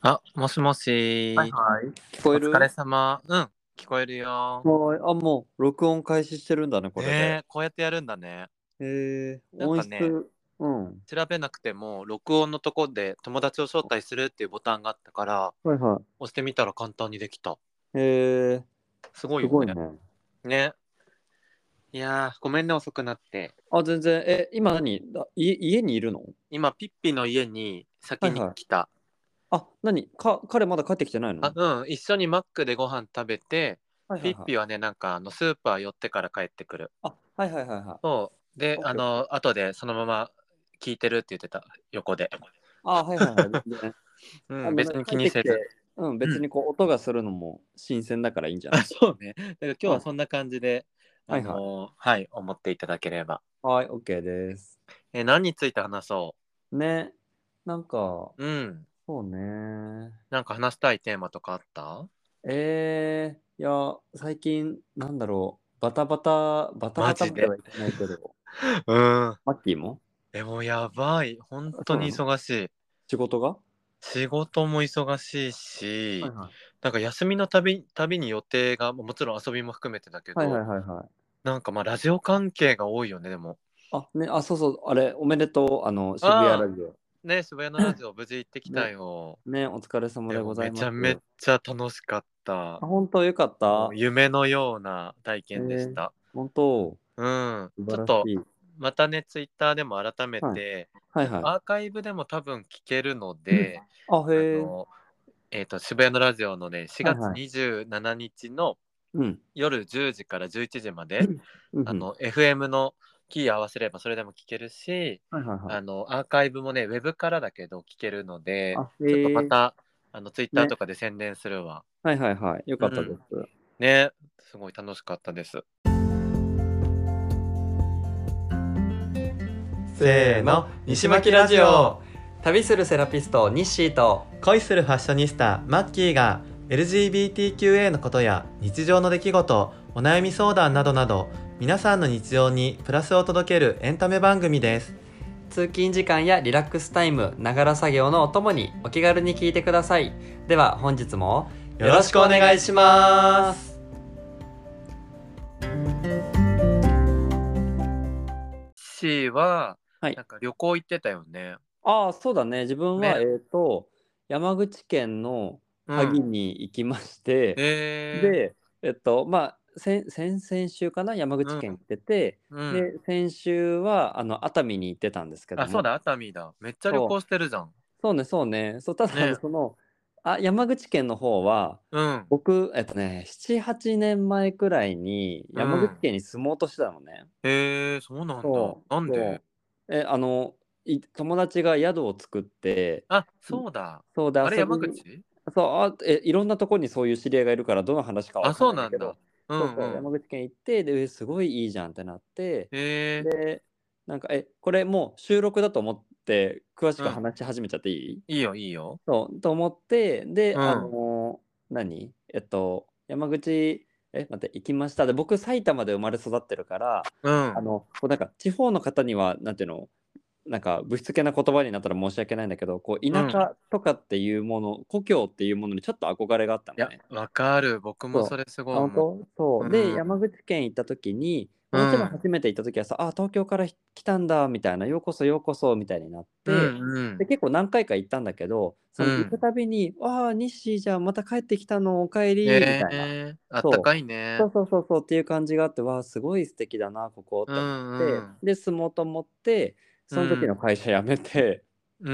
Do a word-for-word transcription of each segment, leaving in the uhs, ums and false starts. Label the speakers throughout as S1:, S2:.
S1: あ、もしも
S2: はい
S1: し。
S2: はい。聞こえる？
S1: お疲れ様。うん、聞こえるよ。
S2: はい。あ、もう録音開始してるんだね、これで。
S1: ねえ、こうやってやるんだね。
S2: へえ、音質、
S1: なんかね、
S2: うん。
S1: 調べなくても、録音のとこで友達を招待するっていうボタンがあったから、
S2: はいは
S1: 押してみたら簡単にできた。
S2: い。へえ、
S1: すごいよね。
S2: すごいね。
S1: ね。いやー、ごめんね、遅くなって。
S2: あ、全然、え、今何だ、家、家にいるの？
S1: 今、ピッピの家に先に
S2: はいはい。
S1: 来た。
S2: あ、何か、彼まだ帰ってきてないの？
S1: あ、うん、一緒にマックでご飯食べて、
S2: はいはいはい。
S1: ピッピはね、なんかあのスーパー寄ってから帰ってくる。
S2: あ、はいはいはいはい。
S1: そう。で、
S2: オッケーオッケー。
S1: あの、後でそのまま聞いてるって言ってた、横で。
S2: あ、はいはいはい。全然。
S1: うん、
S2: あのね、
S1: 別に
S2: 帰ってきて、
S1: 気にせず。
S2: うん、
S1: うん。
S2: 別にこう、音がするのも新鮮だからいいんじゃな
S1: あ、
S2: い？
S1: そうね。だから今日
S2: うん。
S1: はそんな感じで、あ
S2: はいはい。
S1: のーはい、思っていただければ。
S2: はい、オッケーです。
S1: えー何について話そ
S2: ね、なんか、
S1: う？うん。
S2: そうね。
S1: なんか話したいテーマとかあった？
S2: えー、いや、最近、なんだろう、バタバタ、バタバタ
S1: マジで。
S2: まではいかないけど、
S1: うん。
S2: マッキーも
S1: でもやばい。本当に
S2: そうなの？
S1: 忙しい。
S2: 仕事が？
S1: 仕事も忙しいし、
S2: はいはい。
S1: なんか休みのたび、たびに予定が、もちろん遊びも含めてだけ
S2: はいは
S1: ど、
S2: いはいはい。
S1: なんかまあラジオ関係が多いよね、でも。
S2: あ、ね、あ、そうそう、あれ、おめでとう、あの、渋谷
S1: ああ、
S2: ラジオ。
S1: ね、渋谷のラジオ無事行ってきた
S2: ね、
S1: よ。
S2: ね、お疲れ様
S1: で
S2: でございます。
S1: もめちゃめちゃ楽しかった。
S2: あ、本当よかっ
S1: もう
S2: た。
S1: 夢のような体
S2: えー、
S1: 験でした。
S2: 本当、
S1: うん。
S2: 素
S1: ちょっと、
S2: 晴らしい。
S1: またね、ツイッターでも改め
S2: はい、
S1: て、
S2: はいはい。
S1: 多分アーカイブでも多分聞けるので、
S2: あ、へえ、
S1: あの、えっと、渋谷のラジオのね、4月
S2: はいはい。
S1: にじゅうしちにちの
S2: うん。
S1: 夜じゅうじからじゅういちじまで、
S2: うんうん。
S1: あの、エフエム のキー合わせればそれでも聞けるし、
S2: はいはいはい。
S1: あの、アーカイブもね、ウェブからだけど聞けるので、
S2: あ、
S1: ちょっとま
S2: へえ、
S1: た、あの、ツイッター
S2: ね。
S1: とかで宣伝するわ。
S2: はいはいはい。よかったで
S1: うん。
S2: す。
S1: ね、すごい楽しかったです。
S3: せーの、西巻ラジオ。
S2: 旅するセラピストニッシーと
S3: 恋するファッショニスタマッキーが エルジービーティーキューエー のことや日常の出来事、お悩み相談などなど皆さんの日常にプラスを届けるエンタメ番組です。
S2: 通勤時間やリラックスタイム、ながら作業のお供にお気軽に聞いてください。では本日も
S3: よろしくお願いします。
S1: C は、
S2: はい。
S1: なんか旅行行ってたよね。
S2: ああ、そうだね。自分は、
S1: ね。
S2: えっと、山口県の
S1: うん。
S2: 萩に行きまして、
S1: え
S2: で、えっと、まあ、先、先々週かな、山
S1: ー、うん。
S2: 口県行ってて、
S1: うん。
S2: で、先週は、あの、熱海に行ってたんですけど
S1: あ、そう
S2: も、
S1: だ、熱海だ。めっちゃ旅
S2: そう、
S1: 行してるじゃん。
S2: そうね、そうね。そう、ただ、あの
S1: ね。
S2: その、あ、山口県の方は、
S1: うん。
S2: 僕、えっとね、なな、はちねんまえくらいに山口
S1: うん。
S2: 県に住もうとしてたのね。
S1: えー、そうなんだ。
S2: そう、
S1: なんで？
S2: そう。え、あの、い友達が宿を作って、
S1: あ、
S2: ん
S1: そうだ。
S2: そうで
S1: あれ、
S2: 遊びに、
S1: 山口？
S2: そう、あ、え、いろんなとこにそういう知り合いがいるから、どの話かわ
S1: あ、
S2: かん
S1: そうなんだ。
S2: ないんだけど、
S1: う
S2: そうそう、
S1: んうん。
S2: 山口県行って、で、えすごいいいじゃんってなって、
S1: え
S2: で、なんか、え、これもう収録だと思って、詳し
S1: ー、うん。
S2: く話し始めちゃっていい？
S1: いいよ、いいよ。
S2: そう、と思って、で、あ
S1: うん。
S2: のー何えっと、山口、え、待って、行きました。で、僕、埼玉で生まれ育ってるから、
S1: うん。
S2: あの、こうなんか、地方の方には、なんていうの、なんか、ぶしつけな言葉になったら申し訳ないんだけど、こう、
S1: うん。
S2: 田舎とかっていうもの、故郷っていうものにちょっと憧れがあった
S1: いや、
S2: のね。
S1: わかる。僕もそ
S2: そう。
S1: れすご
S2: あ、
S1: い思
S2: 本当そ
S1: う。う
S2: う。で、
S1: ん。
S2: 山口県行った時に、まあもちろん
S1: うん。
S2: 初めて行った時はさ、あ、東京から来たんだ、みたいな、ようこそようこそ、みたいになっ
S1: う
S2: て、で、
S1: んうん。
S2: 結構何回か行ったんだけど、その行く
S1: うん。
S2: たびに、ああ、日誌じゃあまた帰ってきたの、おかえり、みたいな。
S1: えー、あった
S2: そう。
S1: かいね。
S2: そうそうそうそうっていう感じがあって、わあ、すごい素敵だな、ここっ
S1: う
S2: て思って、
S1: んうん。
S2: で、住もうと思って、その時の
S1: うん。
S2: 会社辞めて、
S1: うん。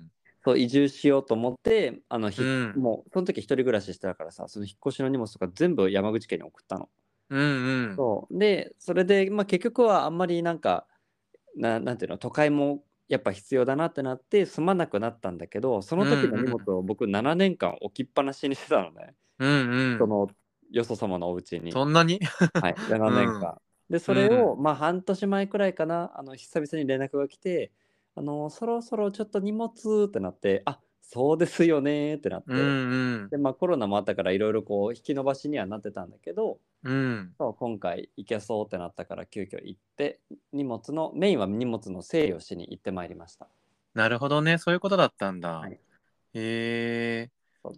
S2: そう移住しようと思って、あの、ひ、
S1: うん。
S2: もう、その時一人暮らししてたからさ、その引っ越しの荷物とか全部山口県に送ったの。
S1: うんうん。
S2: そうで、それで、まあ、結局はあんまりなんか、な、なんていうの、都会もやっぱ必要だなってなって住まなくなったんだけど、その時の荷物
S1: うんうん。
S2: を僕ななねんかん置きっぱなしにしてたのね。
S1: うんうん。
S2: そのよそ様のお家に。
S1: そんなに？
S2: はい、7
S1: うん。
S2: 年間。で、それを、
S1: うん。
S2: まあ、半年前くらいかな、あの、久々に連絡が来て、あの、そろそろちょっと荷物ってなって、あ、そうですよねってなっ
S1: うん
S2: て、
S1: うん。
S2: で、まあ、コロナもあったからいろいろこう引き延ばしにはなってたんだけど、
S1: うん。
S2: そう、今回行けそうってなったから急遽行って、荷物の、メインは荷物の整理をしに行ってまいりました。
S1: なるほどね。そういうことだったんだ。
S2: はい。
S1: へえ。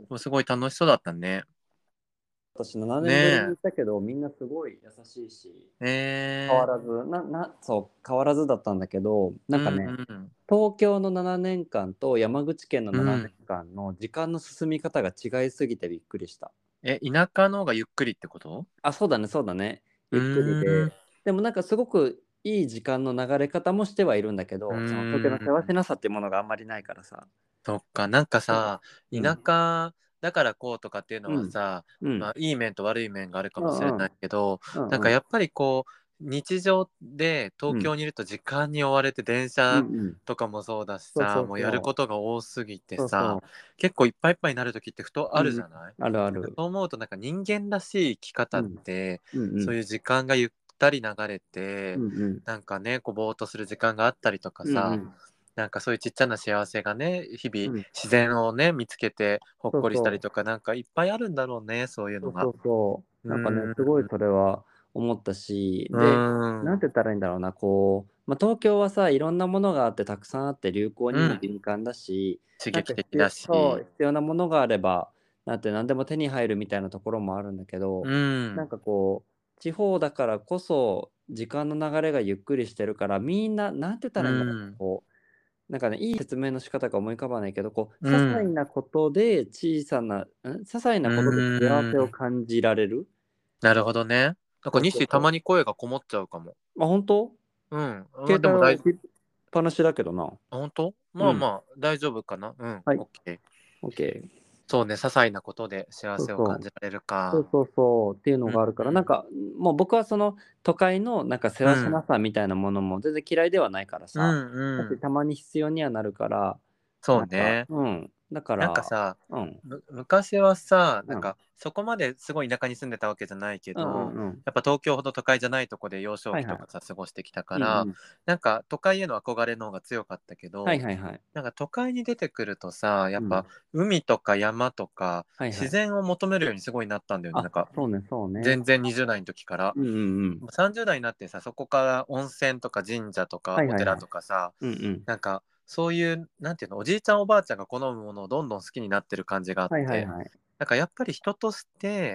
S1: もうすごい楽しそうだったね。
S2: 私ななねんぶりに行ったけど、みんなすごい優しいし、変わ
S1: え
S2: らず、な、な、そう変わらずだったんだけど、なんかね、
S1: うんうん
S2: 東京のななねんかんと山口県の
S1: う
S2: ななねん
S1: ん。
S2: かんの時間の進み方が違いすぎてびっくりした。
S1: え、田舎の方がゆっくりってこと？
S2: あ、そうだね、そうだね。
S1: う
S2: ゆっくり
S1: ーん。
S2: で、でもなんかすごくいい時間の流れ方もしてはいるんだけ
S1: う
S2: ど、その東京の
S1: ーん。
S2: せわしなさっていうものがあんまりないからさ。
S1: そっか、なんか
S2: うん
S1: さ、田
S2: うん
S1: 舎だからこうとかっていうの
S2: うん
S1: はさ、
S2: うん
S1: まあ、いい面と悪い面があるか
S2: うんうん
S1: もしれないけど、
S2: うんうん
S1: なんかやっぱりこう、日常で東
S2: うん
S1: 京にいると時間に追われて電車
S2: うんうん。
S1: とかもそうだしさ、
S2: そうそう
S1: もうやるこ
S2: そう。
S1: とが多すぎてさ、
S2: そうそ
S1: 結構いっぱいいっぱいになる時ってふと
S2: う。
S1: あ
S2: うん。
S1: るじゃない？
S2: あるあ
S1: なんか
S2: る。
S1: そう思うとなんか人間らしい生き方っ
S2: うん
S1: て、
S2: うんうん
S1: そういう時間がゆったり流れて、
S2: うんうん
S1: なんかね、こうぼーっとする時間があったりとかさ、
S2: うんうん
S1: なんかそういうちっちゃな幸せがね、日々
S2: うん。
S1: 自然をね、見つけてほっこりしたり
S2: そうそう。
S1: とか、なんかいっぱいあるんだろうね、そういうのが。
S2: そうそうそう。
S1: う
S2: なんかね、
S1: ーん。
S2: すごいそれは思ったし、
S1: う
S2: で、なん
S1: ーん。
S2: て言ったらいいんだろうな、こう、まあ、東京はさ、いろんなものがあってたくさんあって流行にも
S1: うん。
S2: 敏感だし、
S1: 刺
S2: なんか必要、
S1: 激的だ
S2: そう、
S1: し。
S2: 必要なものがあれば、なんて何でも手に入るみたいなところもあるんだけ
S1: う
S2: ど、なん
S1: ーん。
S2: かこう、地方だからこそ時間の流れがゆっくりしてるから、みんな、なんて言っ
S1: う
S2: たらいいんだろうな、
S1: ーん。
S2: こう、なんかね、いい説明の仕方が思い浮かばないけど、こう、些細
S1: うん。
S2: なことで小さな、ん些細
S1: う
S2: なことで幸せを
S1: ーん。
S2: 感じられる。
S1: なるほどね。なんか
S2: そうそうそ
S1: 西たまに声がこもっちゃうかも。
S2: う。あ、本当？
S1: うん。まあ、
S2: 携
S1: でもだい
S2: 帯は置きっぱなしだけどな。
S1: あ、本当？ま
S2: うん。
S1: あまあ、大丈夫かな。うん、
S2: はい。
S1: オッケー。
S2: OK。
S1: そうね、些細なことで幸せを感
S2: そうそう。
S1: じられるか。
S2: そうそうそうっていうの
S1: うん
S2: があるから、なん
S1: うん。
S2: か、もう僕はその都会のなんかせわし
S1: うん。
S2: なさみたいなものも全然嫌いではないから
S1: う
S2: さ。
S1: んうん。
S2: だってたまに必要にはなるから、なんか、
S1: そうね。
S2: うん。だから、
S1: なんかさ、
S2: うん。
S1: む昔はさ、なん
S2: うん。
S1: かそこまですごい田舎に住んでたわけじゃないけ
S2: うんう
S1: ど、
S2: んうん。
S1: やっぱ東京ほど都会じゃないとこで幼少
S2: はいはい。
S1: 期とかさ、過ごしてきたから、
S2: うんうん。
S1: なんか都会への憧れの方が強かったけど、
S2: はいはいはい。
S1: なんか都会に出てくるとさ、や
S2: うん。
S1: っぱ海とか山とか自
S2: はいはい。
S1: 然を求めるようにすごいなったんだよね。
S2: あ、
S1: なんか
S2: そうねそうね。
S1: 全然にじゅう代の時から。
S2: うんうんうん。
S1: さんじゅう代になってさ、そこから温泉とか神社とかお寺
S2: はいはいはい。
S1: とかさ、
S2: うんうん。
S1: なんかそういう、なんていうの、おじいちゃんおばあちゃんが好むものをどんどん好きになってる感じがあっ
S2: はいはい
S1: て、
S2: はい。
S1: なんかやっぱり人として、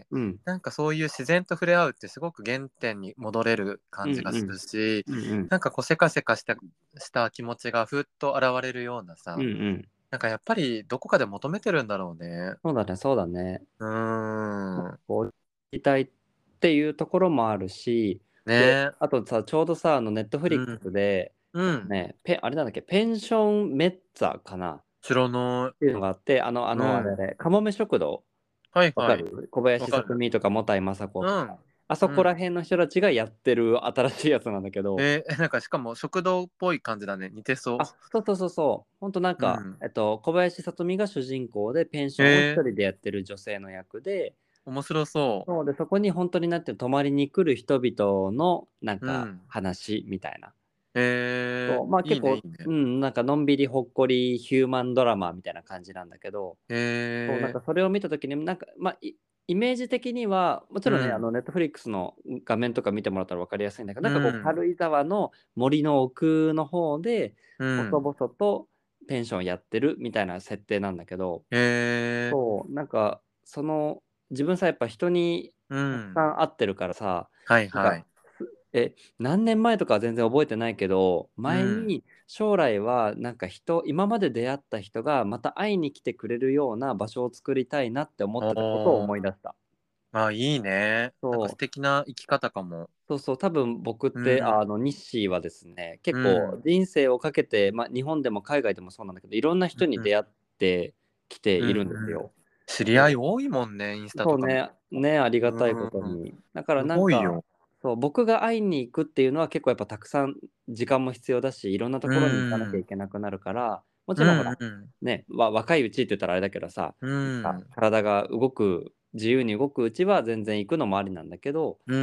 S2: うん。
S1: なんかそういう自然と触れ合うってすごく原点に戻れる
S2: うん
S1: 感じがす
S2: うん。
S1: るし、
S2: うんうん。
S1: なんかこうせかせかしたした気持ちがふっと現れるようなさ、
S2: うんうん。
S1: なんかやっぱりどこかで求めてるんだろうね。
S2: そうだねそうだね。
S1: うーん。
S2: こう、聞きたいっていうところもあるし、で、
S1: ねえ。
S2: あとさ、ちょうどさ、あの、ネットフリック
S1: うん。
S2: スで、
S1: うん。
S2: ね、ペあれなんだっけ、ペンションメッツァかなっ
S1: 知らない。
S2: ていうのがあって、あのあの、あれあ
S1: うん。
S2: れ、かもめ食堂、わか
S1: はいはい。
S2: る？小林さと
S1: わかる。
S2: みとかもたいまさ子とか、
S1: うん。
S2: あそ
S1: うん。
S2: こら辺の人たちがやってる新しいやつなんだけど、
S1: えー、なんかしかも食堂っぽい感じだね。似てそ
S2: あ、そうそうそうそう。ほんとなん
S1: う。う
S2: か、
S1: ん。
S2: えっと、小林さとみが主人公で、ペンションを一
S1: えー、
S2: 人でやってる女性の役で、
S1: 面白そ
S2: そうで、そこにほんとになんていうの、泊まりに来る人々のなん
S1: う。う
S2: か
S1: ん。
S2: 話みたいな。
S1: え
S2: そう、まあ、
S1: ー、いいね、い
S2: 結構、
S1: いね。
S2: うん、なんかのんびりほっこりヒューマンドラマみたいな感じなんだけど、そう、なん
S1: え
S2: かそれを見た時に、なんか、まあ、イイメージ的には、もち
S1: ー、
S2: ろんね、あ
S1: うん。
S2: の、ネットフリックスの画面とか見てもらったら分かりやすいんだけど、
S1: う
S2: なんかこう
S1: ん。
S2: 軽井沢の森の奥の方で、
S1: う
S2: 細
S1: ん。
S2: 々とペンションやってるみたいな設定なんだけど、
S1: えー、
S2: そう、なんか、その、自分さ、やっぱ人に
S1: う
S2: たくさ
S1: ん。
S2: ん会ってるからさ、なんか、
S1: はいはい。
S2: すえ、何年前とかは全然覚えてないけど、
S1: うん。
S2: 前に将来はなんか人今まで出会った人がまた会いに来てくれるような場所を作りたいなって思ってたことを
S1: おー。
S2: 思い出した。
S1: あ、いいね。なんか素
S2: そう。
S1: 敵な生き方かも。
S2: そうそう、多分僕っ
S1: う
S2: て、あ
S1: ん。
S2: の、ニッシーはですね、
S1: う
S2: 結構
S1: ん。
S2: 人生をかけて、ま、日本でも海外でもそうなんだけど、いろんな人に
S1: うん。
S2: 出会ってきて
S1: うん。
S2: いるんです
S1: うん。
S2: よ。
S1: 知り合い
S2: で、
S1: 多いもんね、インスタとか見て
S2: そうね、ね、ありがたいこ
S1: も。うん。
S2: とに。だから
S1: す
S2: なんか、
S1: ごいよ。
S2: そう、僕が会いに行くっていうのは結構やっぱたくさん時間も必要だし、いろんなと
S1: う
S2: ころに行かなきゃい
S1: ん。
S2: けなくなるから、も
S1: う
S2: ちろんほら、
S1: んうん。
S2: ね、わ若いうちって言ったらあれだけどさ、
S1: う
S2: なんか
S1: ん。
S2: 体が動く、自由に動くうちは全然行くのもありなんだけど、
S1: うん。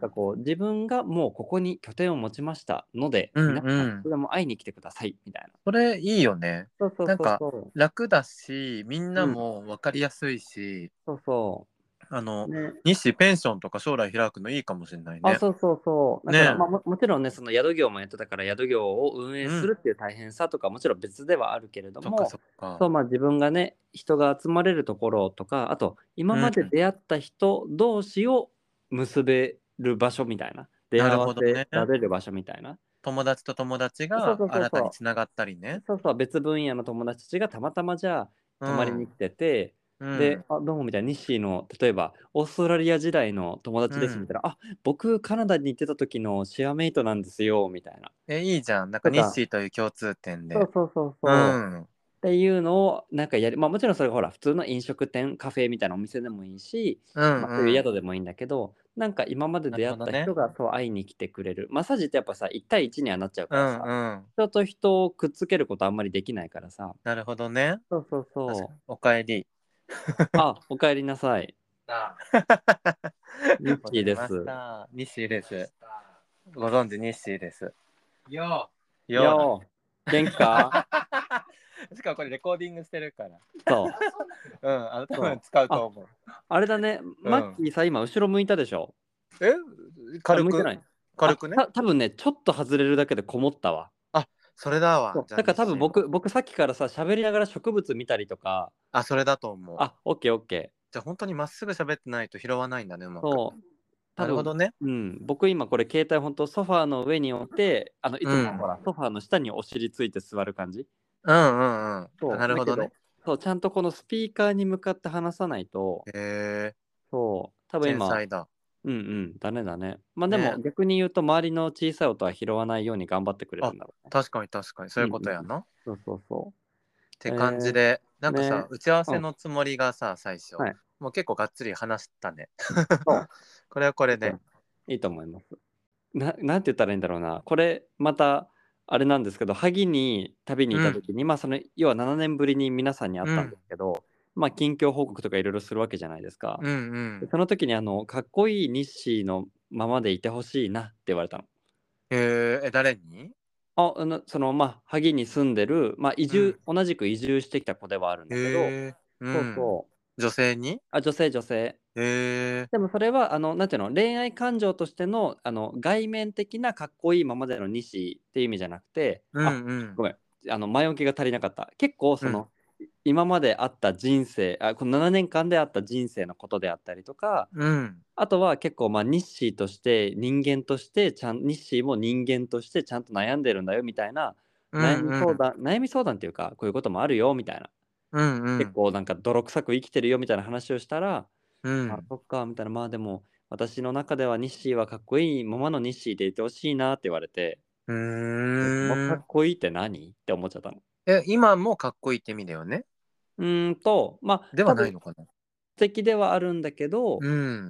S2: なんかこう自分がもうここに拠点を持ちましたので、
S1: うん
S2: 皆さんい
S1: うん。
S2: つでも会いに来てくださいみたいな。
S1: それいいよね。
S2: そうそう
S1: なんか
S2: そうそ
S1: 楽だし、みん
S2: う。
S1: な
S2: うん。
S1: も分かりやすいし、
S2: そうそう。
S1: あの
S2: ね。
S1: 日誌ペンションとか将来開くのいいかもしれない
S2: あ、
S1: ね。
S2: そうそうそう。だから、
S1: ね
S2: まあ、ももちろんね、その宿業もやってたから宿業を運営するっていう大変さとかもちろん別ではあるけれども、
S1: そっかそっか。
S2: そう、まあ自分がね、人が集まれるところとか、あと今まで出会った人同士を結べる場所みたいな、出
S1: な
S2: 会わせ
S1: るほどね。
S2: られる場所みたいな。
S1: 友達と友達
S2: そう
S1: が
S2: そうそう
S1: 新たに
S2: そ
S1: つながったりね。
S2: う。そうそう、別分野の友達たちがたまたまじゃあ
S1: う
S2: 泊まりに
S1: ん。
S2: 来てて、で、
S1: うん。
S2: あ、どうもみたいな、日誌の、例えば、オーストラリア時代の友
S1: う
S2: 達ですみたい
S1: ん。
S2: な、あ、僕、カナダに行ってた時のシェアメイトなんですよ、みたいな。
S1: え、いいじゃん。なんか
S2: とか、
S1: 日誌という共通点で。
S2: そうそうそう
S1: う
S2: そう。
S1: ん。
S2: っていうのを、なんかやり、まあもちろんそれがほら、普通の飲食店、カフェみたいなお店でもいいし、
S1: うん
S2: まあそういう
S1: うん。
S2: 宿でもいいんだけど、なんか今まで
S1: なる
S2: 出会った
S1: ほどね。
S2: 人がそう会いに来てくれる。マッサージってやっぱさ、いち対いちにはなっちゃう
S1: う
S2: からさ、
S1: んうん。
S2: 人と人をくっつけることあんまりできないからさ。
S1: なるほどね。
S2: そうそう
S1: 確かに。
S2: そう。
S1: おかえり。
S2: あ、お帰りなさい。
S1: あ
S2: ミッ
S1: 戻りまし
S2: キーです。
S1: た。ニッシーです。ご存知ニッシーです。よー。よーだ。
S2: よー、元気か？
S1: しかもこれレコーディングしてるから。
S2: そう。
S1: うん、あの多分
S2: そう。あ、
S1: 使うと思う。
S2: あれだね。
S1: うん。
S2: マッキーさ、今後ろ向いたでしょ？
S1: え
S2: あ、
S1: 軽く
S2: 向いてない。あ、
S1: 軽くね。
S2: た、多分ね、ちょっと外れるだけでこもったわ。
S1: あ、それだわ。
S2: そう。
S1: じゃあ
S2: だから多
S1: ニッシーの。
S2: 分僕、僕さっきからさ、喋りながら植物見たりとか、
S1: あ、それだと思う。
S2: あ、オッケーオッケ
S1: じゃあ本当にまっすぐ喋ってないと拾わないんだね、う
S2: ー。
S1: まく。
S2: そう。多分、
S1: なるほどね。
S2: うん、僕今これ携帯ほんとソファーの上に置いて、あの、いつ
S1: うん。
S2: もほら、ソファーの下にお尻ついて座る感じ。
S1: うんうんうん。
S2: そう。
S1: なるほどね。
S2: だけど、そう、ちゃんとこのスピーカーに向かって話さないと、
S1: へえ、
S2: そう、多分今、
S1: 天才だ。
S2: うんうん、だねだね。まあでも
S1: ね。
S2: 逆に言うと周りの小さい音は拾わないように頑張ってくれる
S1: あ、
S2: んだろうね。
S1: 確かに確かに。そういうことや
S2: うんうん。
S1: な。っ
S2: そうそうそ
S1: て
S2: う。え
S1: 感じ
S2: ー、
S1: で、なんか
S2: ね、
S1: さ、打ち合わ
S2: うん、
S1: せのつもりがさ、最初。
S2: はい。
S1: もう結構がっつり話したね。
S2: そ
S1: これはこ
S2: う、い
S1: れで。
S2: いと思う。いいと思います。な、なんて言ったらいいんだろうな。これ、また、あれなんですけど、萩に旅に
S1: うん。
S2: いた時に、まあその、要はななねんぶりに皆さんに会ったんで
S1: うん。
S2: すけど、まあ近況報告とかいろいろするわけじゃないですか。
S1: うんうん。
S2: でその時にあの、かっこいい日誌のままでいてほしいなって言われたの。
S1: へえ、え、誰に？
S2: あ、あの、その、まあ、萩に住んでる、まあ、移
S1: うん。
S2: 住同じく移住してきた子ではあるんだけど、
S1: へえ、う
S2: そう
S1: ん。
S2: そう。
S1: 女性に？
S2: あ、女性女性。
S1: へえ、
S2: でもそれは、あの、なんていうの、恋愛感情としての、あの、外面的なかっこいいままでの西っていう意味じゃなくて、
S1: う
S2: あ、
S1: んうん。
S2: ごめん、あの、前置きが足りなかった。結構
S1: うん。
S2: その、い今まであった人生、あ、このななねんかんであった人生のことであったりとか、
S1: うん。
S2: あとは結構、まあ、ニッシーとして人間としてちゃんニッシーも人間としてちゃんと悩んでるんだよみたいな悩み
S1: うんうん。
S2: 相談悩み相談っていうか、こういうこともあるよみたいな、
S1: うんうん。
S2: 結構なんか泥臭く生きてるよみたいな話をしたら、あ、
S1: うん。
S2: そっかみたいな、まあでも私の中ではニッシーはかっこいいままのニッシーでいてほしいなって言われて、
S1: う
S2: えそのか
S1: ーん。
S2: っこいいって何って思っちゃったの。
S1: え、今もかっこいいって意味だよね？
S2: うーんと、まあ
S1: では
S2: 多分
S1: ないのかな？
S2: 素敵ではあるんだけど、
S1: うん。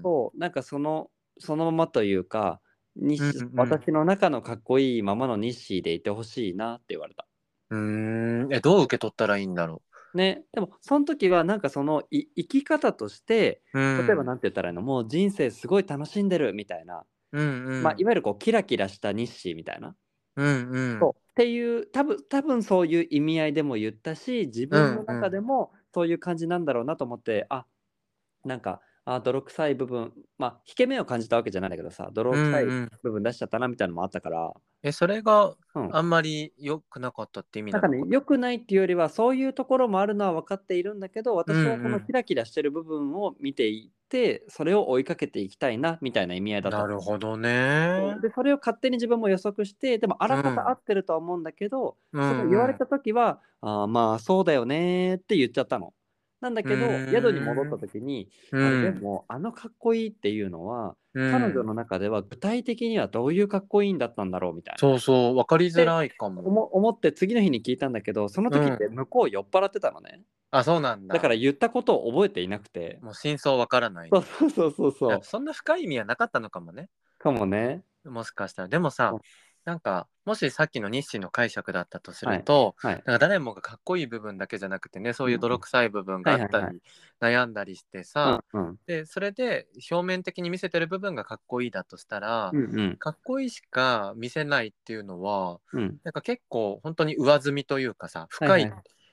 S2: そう、なんかそのそのままというか、に
S1: うん
S2: し
S1: うん。
S2: 私の中のかっこいいままのニッシーでいてほしいなって言われた。
S1: うーん。え、どう受け取ったらいいんだろ
S2: ね、でもその時はなんかそのい生き方として、
S1: う。う
S2: 例えば
S1: ん。
S2: なんて言ったらいいの、もう人生すごい楽しんでるみたいな、
S1: うんう
S2: まあ、い
S1: ん。
S2: わゆるこうキラキラしたニッシーみたいな。
S1: うんうん。
S2: そう、っていう、多分多分そういう意味合いでも言ったし、自
S1: う
S2: 分の
S1: んうん。
S2: 中でもそういう感じなんだろうなと思って、あ、なんか、あ、泥臭い部分、まあ、引け目を感じたわけじゃないんだけどさ、
S1: う
S2: 泥臭い
S1: んうん。
S2: 部分出しちゃったなみたいなのもあったから、
S1: え、それが
S2: うん。
S1: あんまり良くなかったって意味
S2: なんかね、
S1: なのかな？
S2: 良くないっていうよりは、そういうところもあるのは分かっているんだけど、
S1: うん
S2: 私はそ
S1: うん。
S2: のキラキラしてる部分を見ていて、それを追いかけていきたいなみたいな意味合いだったの。
S1: なるほどね。
S2: そうで、それを勝手に自分も予測して、でもあらかた合
S1: うん。
S2: ってるとは思うんだけど、
S1: う
S2: その言われ
S1: んうん。
S2: た時は、ああ、まあ、そうだよねって言っちゃったの。なんだ
S1: う
S2: けど、宿に戻った
S1: ーん。
S2: 時に、
S1: う
S2: あれで
S1: ん。
S2: も、あのかっこいいっていうのは、
S1: う
S2: 彼女
S1: ん。
S2: の中では具体的にはどういうかっこいいんだったんだろうみたいな。
S1: そうそう、わかりづ
S2: で、
S1: らいかも。
S2: 思思って次の日に聞いたんだけど、その
S1: うん。
S2: 時って向こう酔っ払ってたのね。
S1: あ、そうなん
S2: だか
S1: だ。
S2: ら言ったことを覚えていなくて。
S1: もう真相わからない
S2: そう
S1: ね。
S2: そうそうそう
S1: いや、
S2: そう。
S1: そんな深い意味はなかったのかもね。
S2: かもね。
S1: もしかしたら。でもさ、
S2: うん、
S1: なんか、もしさっきの日誌の解釈だったとす
S2: はい。
S1: ると、
S2: はい。
S1: なんか誰もがかっこいい部分だけじゃなくてね、そういう
S2: うんうん。
S1: 泥臭い部分が
S2: はいはいはい。
S1: あったり、悩んだりして
S2: うん
S1: さ、
S2: うん。
S1: で、それで表面的に見せてる部分がかっこいいだとしたら、
S2: うんうん。
S1: かっこいいしか見せないっていうのは、
S2: うん。
S1: なんか結構本当に上積みというかさ、深い
S2: はいはい。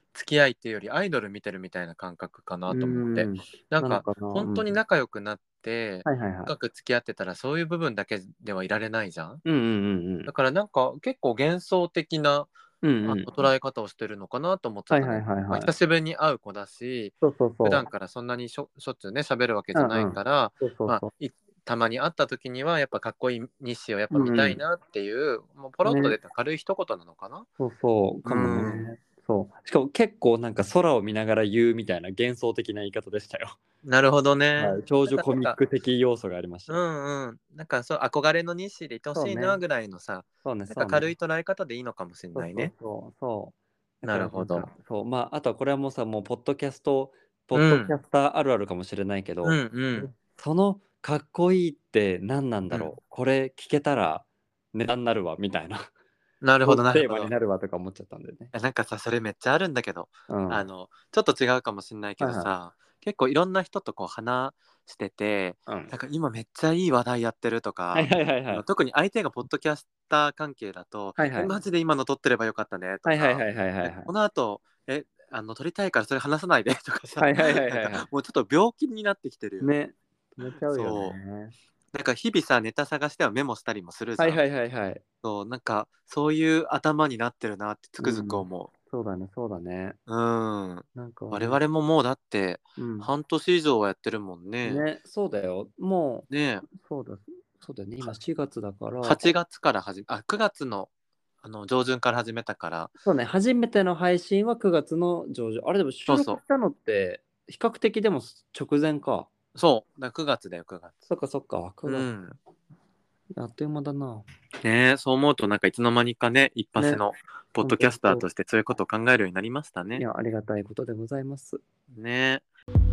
S1: 付き合いっていうよりアイドル見てるみたいな感覚かなと思って、
S2: うん
S1: なんか
S2: なのかな
S1: 本当に仲良くなって
S2: はいはいはい。
S1: 深く付き合ってたらそういう部分だけではいられないじゃん。
S2: うんうんうん
S1: だからなんか結構幻想的な
S2: うん。うん
S1: あの
S2: うん。
S1: 捉え方をしてるのかなと思っちゃ
S2: はい
S1: ったのよ。まあ、
S2: はいはいはい。
S1: 久しぶりに会う子だし、
S2: そうそうそう。
S1: 普段からそんなにしょしょっちゅうね喋るわけじゃない
S2: うんうん。
S1: から、
S2: そうそうそう。
S1: まあ、いたまに会った時にはやっぱかっこいい日誌をやっぱ見
S2: うんう
S1: たいなっていう、もうポロッと
S2: ん。ね。
S1: 出た軽い一言なのかな。
S2: そうそうかも
S1: うん
S2: ね。そう。しかも結構なんか空を見ながら言うみたいな幻想的な言い方でしたよ。
S1: なるほどね。
S2: はい。少女
S1: だからなんか
S2: コミック的要素がありました
S1: う
S2: よ。
S1: んうん、なんかそう憧れの日誌でいてほ
S2: そうね。
S1: しいなぐらいのさ、
S2: そうね、
S1: なんか
S2: そうね。
S1: 軽い捉え方でいいのかもしれ
S2: そうそう
S1: ないね。
S2: そうそう。だ
S1: な
S2: から
S1: るほど。
S2: なんか、そう、まあ、あとはこれはもうさ、もうポッドキャストポッドキ
S1: うん
S2: ャスターあるあるかもしれないけ
S1: うん
S2: ど、え、
S1: うん
S2: そのかっこいいって何なんだ
S1: うん。
S2: ろう、これ聞けたら値段になるわみたいな、
S1: なるほど
S2: トークテーマに
S1: なるほど。
S2: なるわとか思っちゃったんだよね。
S1: やなんかさそれめっちゃあるんだけど、
S2: うん。はい
S1: あのちょっと違うかもしんないけど
S2: は
S1: さ、結構いろんな人とこう話してて、
S2: い。うん。
S1: なんか今めっちゃいい話題やってると
S2: はい
S1: か、
S2: はいはいはい。
S1: あの特に相手がポッドキャスター関係だと、え、
S2: はいはい。
S1: マジで今の撮ってればよかったねとか、
S2: はいはいはいはいはい
S1: え、
S2: はい。
S1: この後、え、あの撮りたいからそれ話さないでとかさ、
S2: はいはいはい
S1: なん
S2: はいは
S1: かもうちょっと病気になってきてる
S2: い。
S1: よ。
S2: ね、止めちゃうよ
S1: そう。
S2: ね。
S1: なんか日々さ、ネタ探してはメモしたりもするじゃん。
S2: はいはいはいはい。
S1: そう、なんかそういう頭になってるなってつくづく
S2: うん。
S1: 思
S2: そうだねそうだね。
S1: う。うん。
S2: なんか
S1: 我
S2: ね、
S1: 々ももうだって
S2: うん。
S1: 半年以上はやってるもんね。
S2: ね、そうだよ。も
S1: ねえ。
S2: う、そうだ、そうだよね。今
S1: は
S2: しがつだから、
S1: はちがつから始めあ、くがつの、あの、上旬から始めたから、
S2: そうね、初めての配信はくがつの上旬。あれでも収
S1: そうそ
S2: 録したのって比較的でも直前か。
S1: う、そう、だくがつだよ、くがつ。
S2: そっかそっか、9月。
S1: うん。
S2: あっという間だな。
S1: ねえ、そう思うとなんかいつの間にかね、一発
S2: ね、
S1: のポッドキャスター
S2: 本当にそ
S1: としてそういうことを考えるようになりました
S2: う。い
S1: ね。
S2: や、ありがたいことでございます。
S1: ね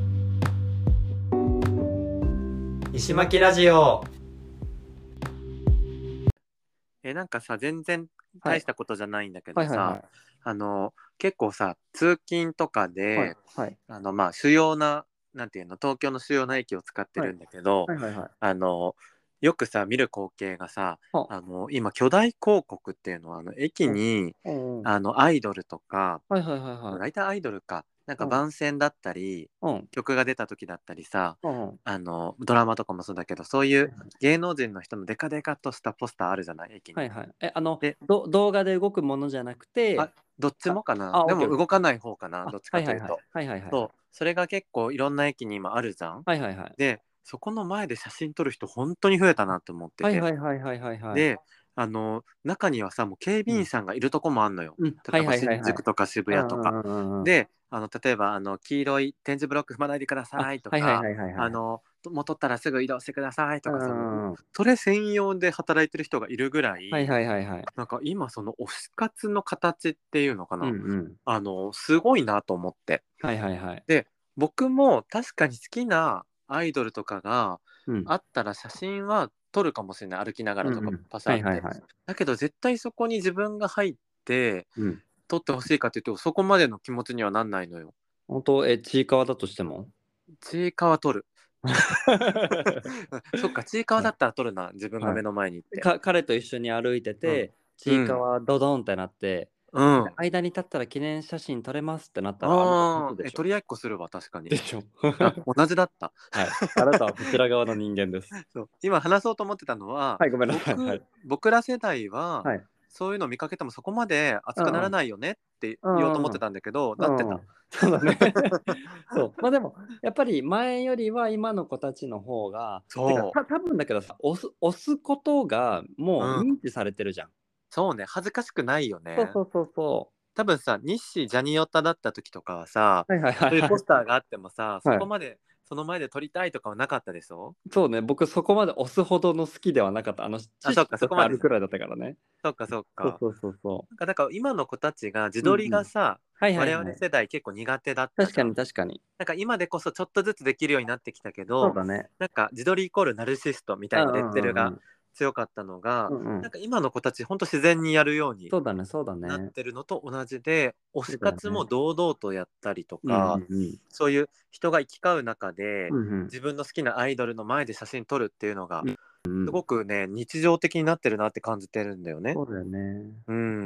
S3: 石巻ラジオ。
S1: え。え、なんかさ、全然大したことじゃないんだけどさ、
S2: はいはいはい。
S1: あの、結構さ、通勤とか
S2: はい
S1: で、
S2: はい
S1: あの、まあ、主要な、なんていうの、東京の主要な駅を使って
S2: はい
S1: るんだけど、
S2: はいはいはい。
S1: あの、よくさ、見る光景がさ、
S2: は
S1: あの、今、巨大広告っていうのは、あの、駅に、
S2: うんうん。
S1: あの、アイドルとか、
S2: はいはいはいはい。
S1: 大体アイドルか、なんか
S2: うん
S1: 番宣だったり、
S2: うん
S1: 曲が出た時だったりさ、
S2: うんうん。
S1: あの、ドラマとかもそうだけど、そういう芸能人の人のデカデカとしたポスターあるじゃない、駅に。
S2: はいはい。え、あの、
S1: で、
S2: ど動画で動くものじゃなく
S1: あ、
S2: て、
S1: どっち
S2: あ、
S1: もかな。
S2: あ、オ
S1: で
S2: ッケーオッケー。
S1: も動かない方かな、
S2: あ、
S1: どっち
S2: はいはいはい。
S1: かというと。
S2: はいはいはいはい。
S1: そう、それが結構いろんな駅に今あるじゃん。
S2: はいはいはい。
S1: で、そこの前で写真撮る人本当に増えたなって思って
S2: はい
S1: て。
S2: はいはいはいはいはい。
S1: で、あの、中にはさ、もう警備員
S2: うん。
S1: さんがいるとこもあんのよ。
S2: うん。
S1: 例
S2: はい
S1: えば新
S2: はいはいはい。
S1: 宿とか渋
S2: うん
S1: 谷とか。
S2: うんうんうんうん。
S1: で、あの、例えば、あの、黄色い点字ブロック踏まないでくだ
S2: あ、
S1: さいと
S2: はいはいは
S1: か、
S2: いはいはい。
S1: あの、ともう取ったらすぐ移動してくださいとかさ、もう、
S2: うんうんうん。
S1: それ専用で働いてる人がいるぐらい、
S2: はいはいはいはい。
S1: なんか今その推し活の形っていうのか
S2: うん
S1: な、
S2: うん。
S1: あの、すごいなと思って。
S2: はいはいはい。
S1: で、僕も確かに好きなアイドルとかが
S2: うん。
S1: あったら写真は撮るかもしれない。歩きながらとか
S2: うんうん。
S1: パシャって。
S2: はいはいはい。
S1: だけど絶対そこに自分が入って
S2: うん。
S1: 撮ってほしいかっていうと、そこまでの気持ちにはなんないのよ。
S2: 本当、え、ちいかわだとしても？
S1: ちいかわ撮る。そっか、ちいかわ
S2: はい。
S1: だったら撮るな。自分が
S2: はい。
S1: 目の前に行っ
S2: で、
S1: て。
S2: か彼と一緒に歩いて
S1: うん。
S2: て、
S1: うん。
S2: ちいかわドドンってなって、
S1: うん。
S2: 間に立ったら記念写真撮れますってなったら、あなた立
S1: ああ、え、
S2: つでしょ？
S1: 取り合いっこするわ、確かに。
S2: でしょ？
S1: あ、同じだった。
S2: はい。あなたはそちら側の人間です。
S1: そう、今話そうと思ってたのは、
S2: はい、ごめんなさい。は
S1: 僕
S2: い。
S1: 僕ら世代は、
S2: はい。
S1: そういうの見かけてもそこまで熱くなら
S2: うんうん。
S1: ないよねって
S2: うんうんうん。
S1: 言おうと思ってたんだけど、なってた。
S2: うんうん。そうだね。そう。ま、でも、やっぱり前よりは今の子たちの方が、てか、
S1: そう。
S2: た多分だけどさ、押す押すことがもう
S1: うん。
S2: 認知されてるじゃん。
S1: そうね、恥ずかしくないよね。
S2: そうそうそうそう。
S1: 多分さ、日誌ジャニオタだった時とかはさ、
S2: はいはいはい
S1: そういう
S2: はい。
S1: ポスターがあってもさ、そ
S2: はい。
S1: こまでその前で撮りたいとかはなかったでしょ？
S2: そうね、僕そこまで押すほどの好きではなかった。あの、知
S1: あ、そっか、
S2: 識とし
S1: そこまでね。
S2: てあるくらいだったからね。
S1: そっかそっか。
S2: そうそうそうそう。
S1: なんかだから今の子たちが自撮り
S2: うんうん。
S1: がさ、
S2: はいはい
S1: 我
S2: はい。
S1: 々世代結構苦手だった
S2: 確か
S1: じゃん。
S2: に確かに。
S1: なんか今でこそちょっとずつできるようになってきたけど、
S2: そうだね。
S1: なんか自撮りイコールナルシストみたいなレッ
S2: うんうん
S1: テルが
S2: うんうん。
S1: 強かったのが、
S2: うんうん。
S1: なんか今の子たちほんと自然にやるように
S2: そうだねそうだ
S1: なっ
S2: ね。
S1: てるのと同じで、推
S2: そうだよ
S1: し活も
S2: ね。
S1: 堂々とやったりと
S2: うんう
S1: か、
S2: んうん。
S1: そういう人が行き交う中で、
S2: うんうん。
S1: 自分の好きなアイドルの前で写真撮るっていうのが、
S2: うんうん。
S1: すごくね、日常的になってるなって感じてるんだよね。
S2: そうだよね。
S1: うん。
S2: そっか。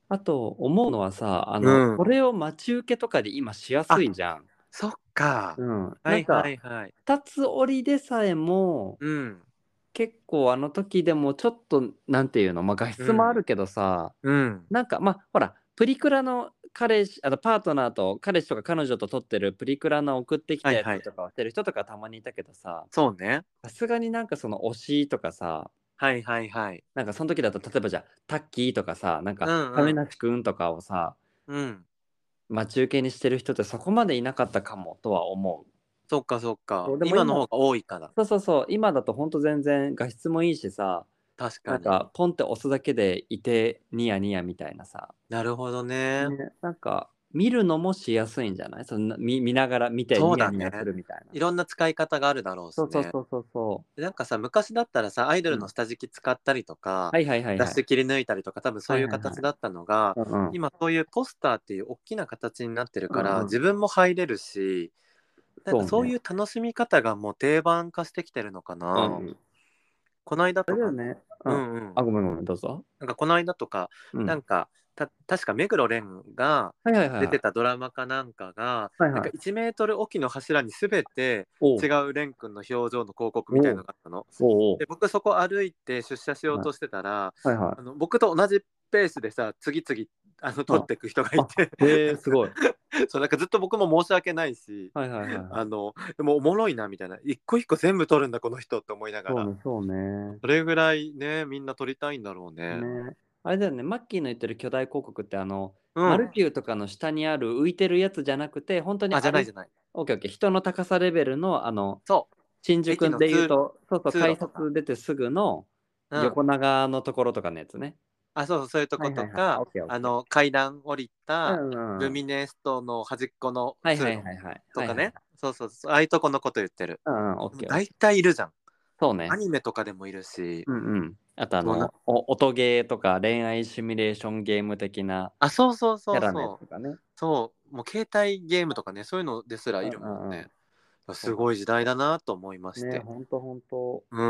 S2: あと思うのはさ、あの、
S1: うん
S2: これを待ち受けとかで今しやすいじゃん。
S1: そっか。
S2: うん。
S1: は
S2: なんか、
S1: いはいはい。
S2: 二つ折りでさえも、
S1: うん。
S2: 結構あの時でもちょっと、なんていうの、まあ画質もあるけどさ、
S1: うん。
S2: なんかまあほら、プリクラの彼氏、あのパートナーと彼氏とか彼女と撮ってるプリクラの送ってきたや
S1: はいはい
S2: つとかをしてる人とかたまにいたけどさ、
S1: そうね。
S2: さすがになんかその推しとかさ、
S1: はいはいはい。
S2: なんかその時だと例えばじゃあタッキーとかさ、なんか
S1: うんうん
S2: 亀梨くんとかをさ、
S1: うん。
S2: 待ち受けにしてる人ってそこまでいなかったかもとは思う。
S1: そっかそっか。
S2: そうでも今、
S1: 今の方が多いから。
S2: そうそうそう、今だとほんと全然画質もいいしさ、なん
S1: 確かに。
S2: かポンって押すだけでいてニヤニヤみたいなさ、
S1: なるほどね。
S2: ね、なんか見るのもしやすいんじゃない？そんな見見ながら見て
S1: そうだね。
S2: ニヤニヤするみたいな。
S1: いろんな使い方があるだろうし
S2: そうそう
S1: ね。
S2: そうそうそ
S1: でなんかさ、昔だったらさ、アイドル
S2: うん
S1: の下敷き使ったりと
S2: う。
S1: か、
S2: はいはいはいはい。
S1: 雑誌切り抜いたりとか、多分そういう
S2: はいはいはい
S1: 形だったのが、
S2: うんうん。
S1: 今そういうポスターっていう大きな形になってるから、
S2: うんうん。
S1: 自分も入れるし、なんか
S2: そうね。
S1: そういう楽しみ方がもう定番化してきてるのか
S2: うん
S1: な。
S2: うん。
S1: この間とか、
S2: あれだよね。う。
S1: うんんうん。
S2: あ、ごめんごめん、どうぞ。
S1: なんかこの間とか、
S2: うん。
S1: なんか、た確か目黒蓮が
S2: はいはいはいはい。
S1: 出てたドラマかなんかが、なんか
S2: はいはい。
S1: いちメートルおきの柱にすべて
S2: おう。
S1: 違う蓮くんの表情の広告みたい
S2: おう。
S1: のがあったの。
S2: おうおう。
S1: で、僕そこ歩いて出社しよう
S2: はい。
S1: としてたら、
S2: はいはい。
S1: あの僕と同じペースでさ、次々あの撮
S2: うん。
S1: っていく人がい
S2: あ、
S1: て、
S2: へえ、すごい。
S1: そうなんかずっと僕も申し訳ないし、
S2: はいはいはいはい。
S1: あのでもおもろいなみたいな、一個一個全部撮るんだこの人って思いながら、
S2: そうね、そうね。
S1: それぐらいね、みんな撮りたいんだろうね。
S2: ね。あれだよね、マッキーの言ってる巨大広告ってあの、
S1: うん。
S2: マルキューとかの下にある浮いてるやつじゃなくて、ほんとに
S1: あ、じゃな
S2: 歩い
S1: いじゃない。
S2: オッケーオッケー、人の高さレベルのあの、
S1: そう。
S2: 新宿で言う
S1: 駅の通
S2: と、そうそう、改
S1: 通路とか。
S2: 札出てすぐの
S1: うん。
S2: 横長のところとかのやつね。
S1: あ、そうそう、そういうとこ
S2: はいはいはい。あ、
S1: とか、
S2: オッケーオッケー。
S1: あの、階段降りた
S2: うんうんうん。
S1: ルミネストの端っこの
S2: はい
S1: 通路
S2: はいはいはい。
S1: とかね。
S2: はいはいはい。
S1: そうそうそう、ああいうとこのこと言ってる。
S2: うんうん、オッ
S1: もう大
S2: ケーオッケー。
S1: 体いるじゃん。
S2: そうね。
S1: アニメとかでもいるし、
S2: うんうん。あとあ
S1: そうな
S2: の、お音ゲーとか恋愛シミュレーションゲーム的な
S1: あ、そうそう
S2: キャラのやつ
S1: そうそう。
S2: とかね。
S1: そう、もう携帯ゲームとかね、そういうのですら
S2: うん
S1: いるもんね。
S2: うんうん。
S1: すごい時代だなと思いまし
S2: ね、
S1: て。
S2: ほんとほんと、
S1: うん。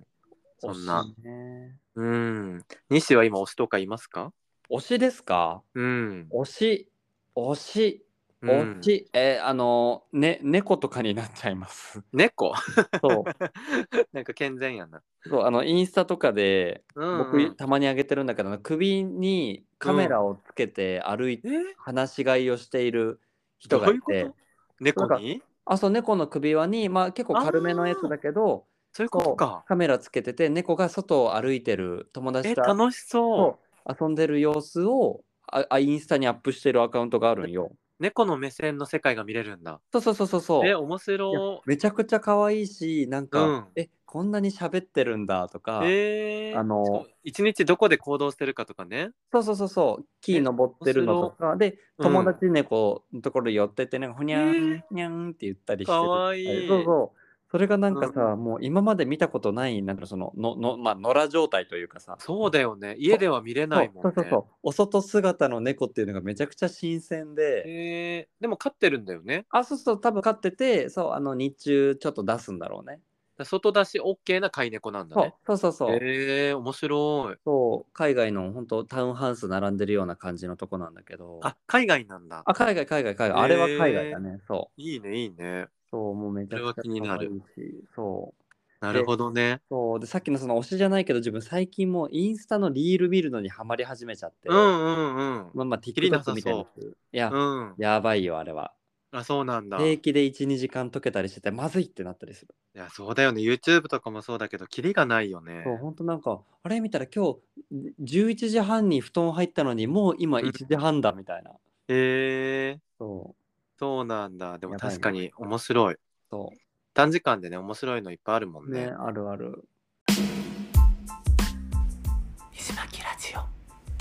S1: そ
S2: 推
S1: んな。
S2: しね。
S1: うん。西は今推しとかいますか？
S2: 推しですか？
S1: うん。
S2: 推し、推し、推
S1: うん。
S2: し、えー、あの、ね、猫とかになっちゃいます。
S1: 猫
S2: そう。
S1: なんか健全やな。
S2: そう、あの、インスタとかで、
S1: うんうん。
S2: 僕たまに上げてるんだけど、あの首にカメ
S1: うん。
S2: ラをつけて歩い
S1: え
S2: 放し飼いをしている
S1: ど
S2: 人がいて、
S1: ういうこと？
S2: なんか、
S1: 猫に？
S2: あ、そう、猫の首輪に、まあ、結構
S1: あ
S2: 軽めのやつ
S1: あ、
S2: だけど、
S1: そういうこと
S2: そう、
S1: か。
S2: カメラつけてて、猫が外を歩いてる、友達
S1: え、
S2: と
S1: 楽しそ
S2: そう、遊んでる様子を、ああ、インスタにアップしてるアカウントがあ
S1: う。え、
S2: るんよ。
S1: 猫の目線の世界が見れるんだ。
S2: そうそうそうそう
S1: え、
S2: そう。
S1: 面
S2: いや、
S1: 白い。
S2: めちゃくちゃ可愛いし、なんか、
S1: うん。
S2: え、こんなに喋ってるんだとか、
S1: ええ、しかも
S2: あの
S1: 一日どこで行動してるかとかね。
S2: そうそうそうそう、木
S1: え、
S2: 登っ
S1: 面
S2: てるのと
S1: 白。
S2: か、で、
S1: うん。
S2: 友達猫のところ寄ってって、なんか、ほにゃ
S1: ええ、
S2: ん、にゃんって言ったりしてる。
S1: かわ
S2: はい、そう
S1: いい。
S2: そう。それがなん
S1: うん。
S2: かさ、もう今まで見たことない、なんだろう、その、ののまあ、野良状態というかさ、
S1: そうだよね。家
S2: そ
S1: では見れない
S2: そう、
S1: もんね。
S2: そうそうそう、お外姿の猫っていうのがめちゃくちゃ新鮮で、
S1: ええ、でも飼ってるんだよね。
S2: あ、そうそう、多分飼ってて、そう、あの、日中ちょっと出すんだろうね。
S1: だ外出しオッケーな飼い猫なんだね。
S2: そう、そうそうそう。
S1: ええ、面白い。
S2: そう、海外のほんとタウンハウス並んでるような感じのとこなんだけど。
S1: あ、海外なんだ。
S2: あ、海外海外海外。あれは海外
S1: ええ、
S2: だね。そう。
S1: いいねいいね。
S2: そう、もうめち
S1: それは
S2: ゃくちゃ可
S1: 気になる。
S2: 愛いし、そう。
S1: なる
S2: で、
S1: ほどね。
S2: そう、で、さっきのその推しじゃないけど、自分最近もうインスタのリール見るのにハマり始めちゃっ
S1: う
S2: て、
S1: んうんうん。
S2: ま、ま、
S1: きりな
S2: TikTok
S1: さそ
S2: 見てるんです。いや、
S1: う。うん。
S2: やばいよ、あれは。
S1: あ、そうなんだ。
S2: 平気でいち、にじかん解けたりしてて、まずいってなったりする。
S1: いや、そうだよね。YouTube とかもそうだけど、キリがないよ
S2: そう、
S1: ね。
S2: ほんとなんか、あれ見たら今日、んじゅういちじはんに布団入ったのに、もう今
S1: うん。
S2: いちじはんだみたいな。
S1: へえ、
S2: そ
S1: そうなんだ。で
S2: う、
S1: も
S2: やばいね。
S1: 確かに面白い。
S2: そ
S1: 短時間でね、面白いのいっぱいあるもん
S2: う。ね、
S1: ね。
S2: あるある。
S1: 西巻ラジオ。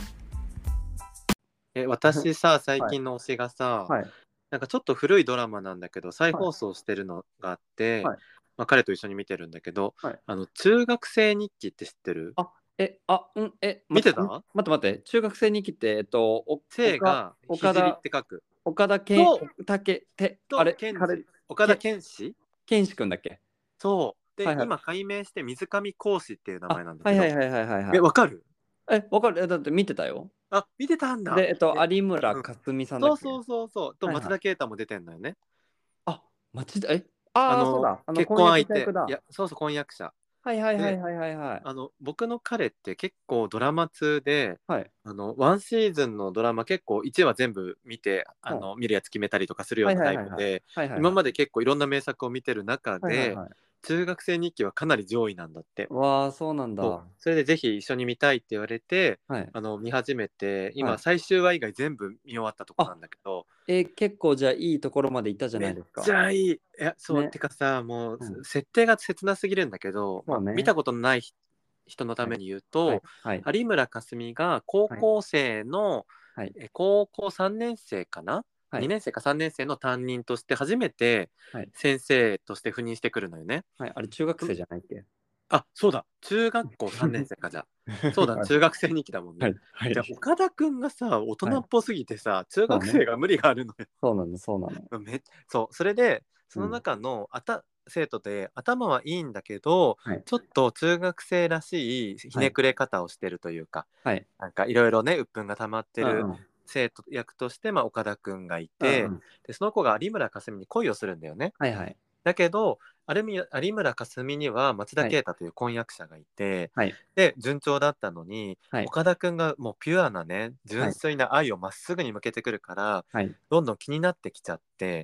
S1: え、私さ、最
S2: はい。
S1: 近の推しがさ、
S2: はい。
S1: なんかちょっと古いドラマなんだけど、再
S2: はい。
S1: 放送してるのがあって、
S2: はい。
S1: まあ、彼と一緒に見てるんだけど、
S2: はい。
S1: あの、中学生日記って知ってる？
S2: あ、え、あ、うん、え、ま、ん、
S1: 見てた？
S2: 待って待って、中学生日記って、えっと、おおか
S1: 生が聖っ
S2: 岡田
S1: て書く。
S2: 岡田けん
S1: と、
S2: たけて、あ
S1: と、
S2: れ、
S1: ケン
S2: 彼、
S1: ジ。岡田
S2: け
S1: 健志？
S2: 健志くんだっけ？
S1: そう。で、
S2: はいはい。
S1: 今改名して水上講師っていう名前
S2: あ、
S1: なんだけど。
S2: はいはいはいはいはいは
S1: え、
S2: い。
S1: わかる？
S2: え、分かる。え、だって見てたよ。
S1: あ、見てたんだ。
S2: で、えっと、
S1: え、
S2: 有
S1: うん。
S2: 村架純さんだ
S1: そう
S2: っけ？
S1: そうそうそう。と、
S2: はいはい。
S1: 松田啓太も出てんのよね。
S2: あ、町田、え、
S1: あ
S2: ああ、そう
S1: の、
S2: だ。あの、
S1: 結
S2: 婚
S1: 婚相手。
S2: 約者役だ。
S1: いや、そうそう、婚約者。
S2: はいはいはい
S1: で、
S2: はいはいはい。
S1: あの、僕の彼って結構ドラマ通で、
S2: はい。
S1: あの、ワンシーズンのドラマ結構いちわ全部見て、あ
S2: うん。
S1: の、見るやつ決めたりとかするよ
S2: はい
S1: うなタ
S2: はいはいはい。
S1: イプで、
S2: はいはいはい。
S1: 今まで結構いろんな名作を見てる中で、
S2: はいはいはい。
S1: 中学生日記はかなり上位なんだって。
S2: わあ、そうなん
S1: そう。
S2: だ。
S1: それでぜひ一緒に見たいって言われて、
S2: はい。
S1: あの、見始めて、
S2: は
S1: 今
S2: い。
S1: 最終話以外全部見終わったとこな
S2: あ、
S1: んだけど、
S2: えー結構じゃあいいところまで行ったじゃな
S1: めっ
S2: いですか。
S1: ちゃいい。いや、そう、
S2: ね。
S1: てかさ、もう、
S2: うん。
S1: 設定が切なすぎるんだけど、まあ、見
S2: そうね。
S1: たことのないひ人のた
S2: はい。
S1: めに言う
S2: はい
S1: と、
S2: はい
S1: 有村架純が高
S2: はい。
S1: 校生の、
S2: はい。
S1: え高校さんねん生かな？
S2: は
S1: に
S2: い。
S1: 年生かさんねん生の担任として初めて
S2: はい。
S1: 先生として赴任してくるのよね。
S2: はい。あれ中学
S1: その
S2: 生じゃないっけ？
S1: あ、そうだ、中学校さんねん生か、じゃあ。そうだ、
S2: はい。
S1: 中学生に期だもんね。
S2: はい。は
S1: じゃあ、
S2: い。
S1: 岡田くんがさ、大
S2: はい。
S1: 人っぽすぎてさ、中
S2: そうね。
S1: 学生が無理があるのよ。
S2: そうなのそうなの。
S1: めそう、それで、その
S2: うん。
S1: 中のあた生徒で頭はいいんだけど、
S2: はい。
S1: ちょっと中学生らしいひ
S2: はい。
S1: ねくれ方をしてるというか、
S2: はい。
S1: なんかいろいろね、鬱憤が溜まってる
S2: うんうん。
S1: 生徒役として、まあ、岡田くんがいて、
S2: うんうん。
S1: で、その子が有村架純に恋をするんだよね。
S2: はいはい。
S1: だけど、有み有村架純には松田
S2: はい。
S1: 啓太という婚約者がいて、
S2: はい。
S1: で、順調だったのに、
S2: はい。
S1: 岡田くんがもうピュアなね、
S2: は
S1: 純
S2: い。
S1: 粋な愛をまっすぐに向けてくるから、
S2: はい。
S1: どんどん気になってきちゃって、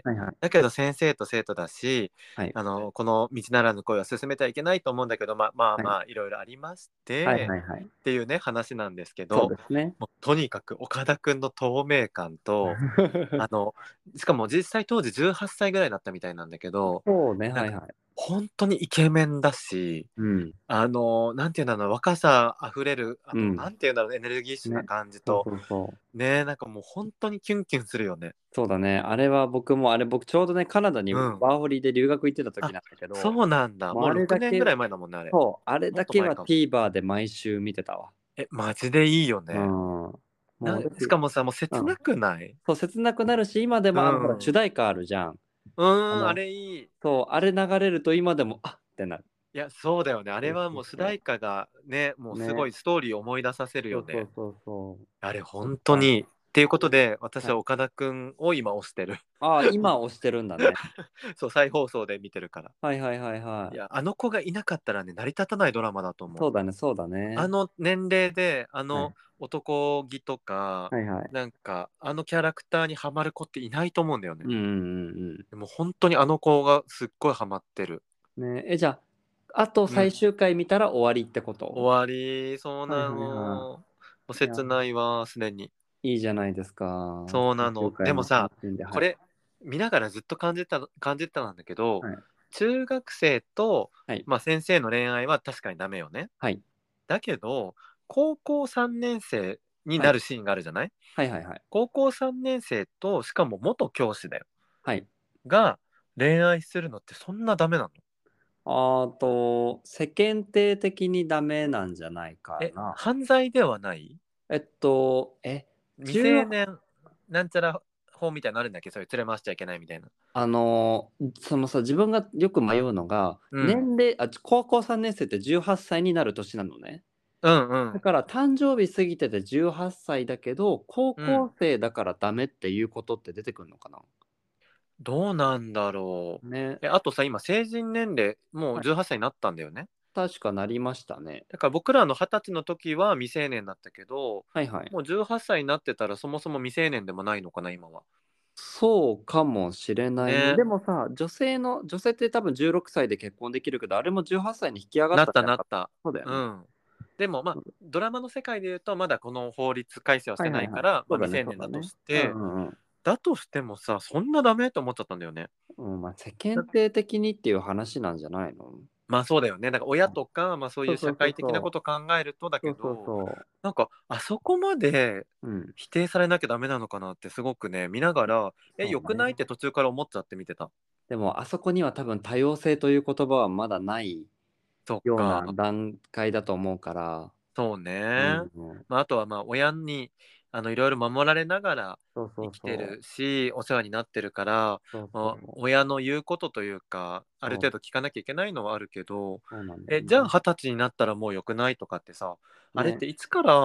S2: はいはい。
S1: だけど先生と生徒だし、
S2: はい。
S1: あの、この道ならぬ恋は進めてはいけないと思うんだけど、ままあ
S2: はい。
S1: まあ、いろいろありまし
S2: はい
S1: て、
S2: はいはい。
S1: っていうね、話なんですけ
S2: そう
S1: ど、
S2: ですね。
S1: もうとにかく岡田くんの透明感と、あの、しかも実際当時じゅうはっさいぐらいだったみたいなんだけど、
S2: そうね、
S1: なんか
S2: はいはい。
S1: 本当にイケメンだし、
S2: うん。
S1: あの、なんていうんだろうな、若さあふれる、あと、
S2: うん。
S1: なんていうんだろう、エネルギッシュな
S2: ね。
S1: 感じと、
S2: そうそうそう。
S1: ね、なんかもう本当にキュンキュンするよね。
S2: そうだね。あれは僕も、あれ僕ちょうどね、カナダに
S1: うん。
S2: ワーホリで留学行ってた時
S1: あ、
S2: なんだけど、
S1: そうなんだ。もう
S2: もうあれ
S1: 6
S2: だけ
S1: 年ぐらい前だもんね、あれ。
S2: そう、あれ
S1: もっ
S2: だけは
S1: と前かも。
S2: TVer で毎週見てたわ。
S1: え、マジでいいよ
S2: う
S1: ね。
S2: ん。も
S1: な
S2: うだし
S1: しかもさ、もう
S2: うん。
S1: 切なくない？
S2: そう、切なくなるし、今で
S1: う
S2: もあの、ほら、主
S1: ん。
S2: 題歌あるじゃん。
S1: うーん、あ
S2: あの
S1: れいい。
S2: そう、あれ流れると今でも、あってなる。
S1: いや、そうだよね。あれ
S2: そう
S1: はもう主
S2: そうそ
S1: 題歌がね、もう
S2: う。
S1: すご
S2: ね。
S1: いストーリーを思い出させる
S2: そ
S1: よね。
S2: うそうそうそう。
S1: あれ
S2: そっか。
S1: 本当に。っていうことで、私
S2: はい。
S1: は岡田くんを今推してる。
S2: ああ、今押してるんだね。
S1: そう、再放送で見てるから。
S2: はいはいはいはい。
S1: いや、あの子がいなかったらね、成り立たないドラマだと思う。
S2: そうだねそうだね。
S1: あの年齢で、あ
S2: はい。
S1: の男気とか、
S2: はいはい。
S1: なんか、あのキャラクターにハマる子っていないと思うんだよね。
S2: うんうんうん
S1: でも本当にあの子がすっごいハマってる。
S2: うん。ね、え、じゃあ、あと
S1: うん。
S2: 最終回見たら終わりってこと？
S1: 終わり、そうな
S2: はいはいは
S1: の。もう
S2: い。いや、
S1: 切ないわ、すでに。
S2: いいじゃないですか。最
S1: そうなの。
S2: 終回も
S1: でもさ、
S2: 楽しんで、はい。
S1: これ見ながらずっと感じた感じてたんだけど、
S2: はい。
S1: 中学生と、
S2: はい。
S1: まあ、先生の恋愛は確かにダメよね。
S2: はい。
S1: だけど、高校さんねん生に
S2: はい。
S1: なるシーンがあるじゃない？
S2: はいはいはい。
S1: 高校さんねん生と、しかも元教師だよ。
S2: はい。
S1: が恋愛するのってそんなダメなの？
S2: あと、世間体的にダメなんじゃないか
S1: え、
S2: な。
S1: 犯罪ではない？
S2: えっと、え、
S1: 未
S2: 中
S1: 成年なんちゃら法みたいなのあるんだっけ？それ連れ回しちゃいけないみたいな。
S2: あの、そのさ、自分がよく迷うのが、
S1: うん。
S2: 年齢あ、高校さんねん生ってじゅうはっさいになる年なのね。
S1: うんうん。
S2: だから誕生日過ぎててじゅうはっさいだけど、高
S1: うん。
S2: 校生だからダメっていうことって出てくるのかな？
S1: どうなんだろう。
S2: ね。
S1: え、あとさ、今成人年齢もう
S2: はい。
S1: じゅうはっさいになったんだよね。
S2: 確かなりましたね。
S1: だから僕らのはたちの時は未成年だったけど、
S2: はいはい。
S1: もうじゅうはっさいになってたらそもそも未成年でもないのかな、今は。
S2: そうかもしれないね。
S1: ね。
S2: でもさ、女性の女性って多分じゅうろくさいで結婚できるけど、あれもじゅうはっさいに引き上がっ
S1: なった
S2: たんじゃなかった？
S1: なった。
S2: そうだよね。
S1: うん。でもまあ、ドラマの世界で言うと、まだこの法律改正はして
S2: はいはいはい。
S1: ないから、まあ、
S2: そうだ
S1: 未
S2: ねそうだね。
S1: 成年だとし
S2: うん
S1: て、
S2: うんうん。
S1: だとしてもさ、そんなダメと思っちゃったんだよね。
S2: うん、ま、世間
S1: だ
S2: 体的にっていう話なんじゃないの？
S1: まあそうだよね。なんか親とか、まあそういう社
S2: そうそうそう
S1: 会的なこ
S2: そう。
S1: とを考えるとだ
S2: そうそう
S1: けど、
S2: そ
S1: なんかあそこまで
S2: う。うん。
S1: 否定されなきゃダメなのかなってすごくね、見ながら、え、良くないっ
S2: そうね。
S1: て途中から思っちゃって見てた。
S2: でもあそこには多分多様性という言葉はまだない
S1: そっ
S2: ような
S1: か。
S2: 段階だと思うから。
S1: そう
S2: うん
S1: ね。
S2: うん。
S1: まあ、あとはまあ親にあのいろいろ守られながら
S2: そうそう
S1: 生きて
S2: そう。
S1: るし、お世話になってるから、
S2: そうそ
S1: まあ、
S2: う。
S1: 親の言うことというか、ある
S2: そう。
S1: 程度聞かなきゃいけないのはあるけど、
S2: そうなんだよ
S1: え、じゃあ
S2: ね。
S1: はたちになったらもう良くないとかってさ、あれっ
S2: ね。
S1: ていつから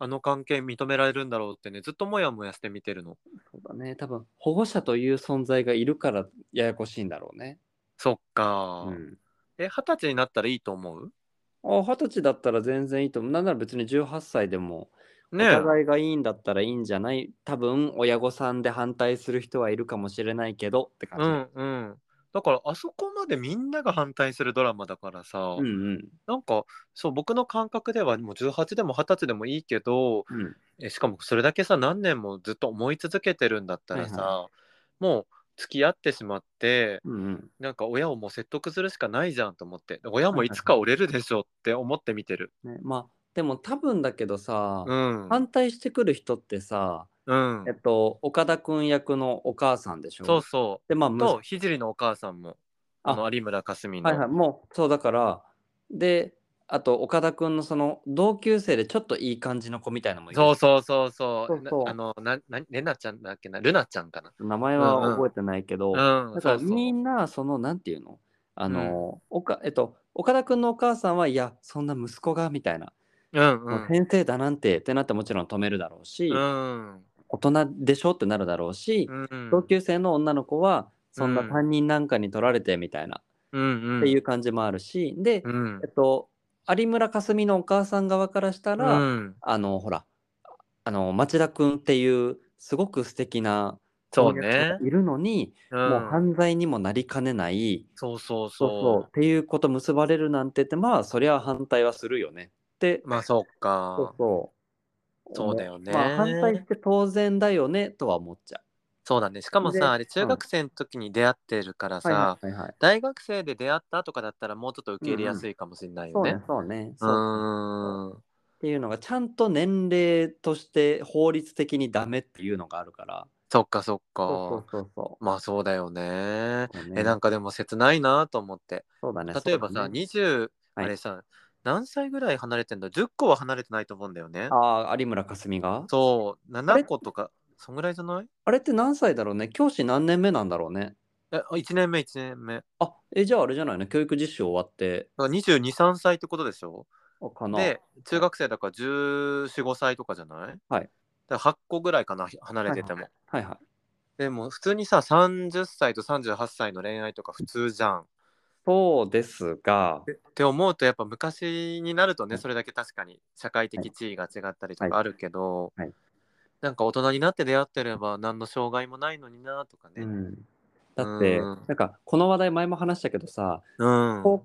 S1: あの関係認められるんだろうってね、ずっともやもやして見てるの。
S2: そうだね。多分保護者という存在がいるからややこしいんだろうね。
S1: そっ
S2: う
S1: か。
S2: ん。
S1: え、二十歳になったらいいと思う？
S2: あ、二十歳だったら全然いいと思う。なんなら別にじゅうはっさいでも、お
S1: ねえ。
S2: 互いがいいんだったらいいんじゃない？多分親御さんで反対する人はいるかもしれないけどって感
S1: う
S2: じで。
S1: んうん。だからあそこまでみんなが反対するドラマだからさ、
S2: うんうん。
S1: なんかそう僕の感覚ではもうじゅうはちでもはたちでもいいけど、
S2: うん。
S1: えしかもそれだけさ何年もずっと思い続けてるんだった
S2: はいはい。
S1: らさ、もう付き合ってしまって、
S2: うんうん。
S1: なんか親をもう説得するしかないじゃんと思って、親もいつ
S2: はいはいは
S1: か折れるでしょって思って見てる。
S2: い。ね、まあ、でも多分だけどさ、
S1: うん
S2: 反対してくる人ってさ、
S1: うん
S2: えっと、岡田君役のお母さんでしょ？
S1: そうそ
S2: で、まあ、
S1: う。
S2: むす
S1: と聖のお母さんもあ
S2: あ、
S1: の有村架純の。
S2: はいはい、もう、そうだから、で、あと岡田君のその同級生でちょっといい感じの子みたいなのもいるじゃん。
S1: そうそうそうそうなあ
S2: そうそ
S1: のななレナちゃんだっけな、ルナちゃんかな。
S2: う。名前は
S1: うんうん
S2: 覚えてないけど、
S1: うん、
S2: だから
S1: そうそ
S2: みんなそのなんていうの、あ
S1: う。うん。
S2: の、おかえっと、岡田君のお母さんは、いや、そんな息子がみたいな、
S1: うんうん。
S2: もう先生だなんてってなってもちろん止めるだろう
S1: う
S2: し、
S1: ん。
S2: 大人でしょってなるだろうし、
S1: うん。
S2: 同級生の女の子は、そんな
S1: うん。
S2: 担任なんかに取られてみたいな
S1: うんう
S2: ってい
S1: ん。
S2: う感じもあるし、で、
S1: うん。
S2: えっと、有村架純のお母さん側からした
S1: う
S2: ら、
S1: ん。
S2: あの、ほら、あの、町田くんっていうすごく素敵な
S1: そう
S2: 婚約者が
S1: ね。
S2: いるのに、
S1: う
S2: もう
S1: ん。
S2: 犯罪にもなりかねない、
S1: そうそう
S2: そうそう、
S1: そ
S2: っていうこと結ばれるなんてって、まあ、そりゃ反対はするよねって
S1: う。まあそっ
S2: そう
S1: か。
S2: そう、
S1: そうだよ
S2: 思う。まあ、反対し
S1: ね。
S2: て当然だよねとは思っちゃ
S1: そうだね。しか
S2: う。で、
S1: もさ、あれ中
S2: うん。
S1: 学生の時に出会ってるから
S2: はいはい
S1: さ、
S2: はいはい。
S1: 大学生で出会ったとかだったらもうちょっと受け入れや
S2: うんうん。
S1: すいかもしれないよね。
S2: そうねそうね。
S1: う
S2: そうそうそう。
S1: ーん。
S2: っていうのがちゃんと年齢として法律的にダメっていうのがあるから。
S1: そっかそっ
S2: そうそう
S1: か。
S2: そうそう。
S1: まあそうだよね。え、な
S2: そうね。
S1: んかでも切ないなと思って。
S2: そうだね、そ
S1: 例えばさ、
S2: うだね。
S1: にじゅう、
S2: はい。
S1: あれさ、何歳ぐらい離れてんだ？ じゅっ 個は離れてないと思うんだよね。
S2: ああ、有村架純が
S1: そう、7
S2: あれ
S1: 個とか、そんぐらいじゃない？
S2: あれって何歳だろうね。教師何年目なんだろうね。
S1: え、あ、いちねんめ、いちねんめ。だか
S2: あ、え、じゃああれじゃないの、教育実習終わって、
S1: らにじゅうに、さんさいってことでしょ？
S2: あ、かな。
S1: で、中
S2: はい。
S1: 学生だからじゅうよん、ごさいとかじゃない？だか
S2: はい。
S1: らはっこぐらいかな、離れ
S2: はいはい。
S1: てても。
S2: はいはい。
S1: でも普通にさ、さんじゅっさいとさんじゅうはっさいの恋愛とか普通じゃん。
S2: そうですが、
S1: でって思うとやっぱ昔になるとね、
S2: はい。
S1: それだけ確かに社会
S2: はい。
S1: 的地位が違ったりと
S2: はい。
S1: かあるけど、
S2: はい。
S1: なんか大人になって出会ってれば何の障害もないのになとかね。
S2: うん。
S1: う
S2: だって、
S1: ーん。
S2: なんかこの話題前も話したけどさ、
S1: うん。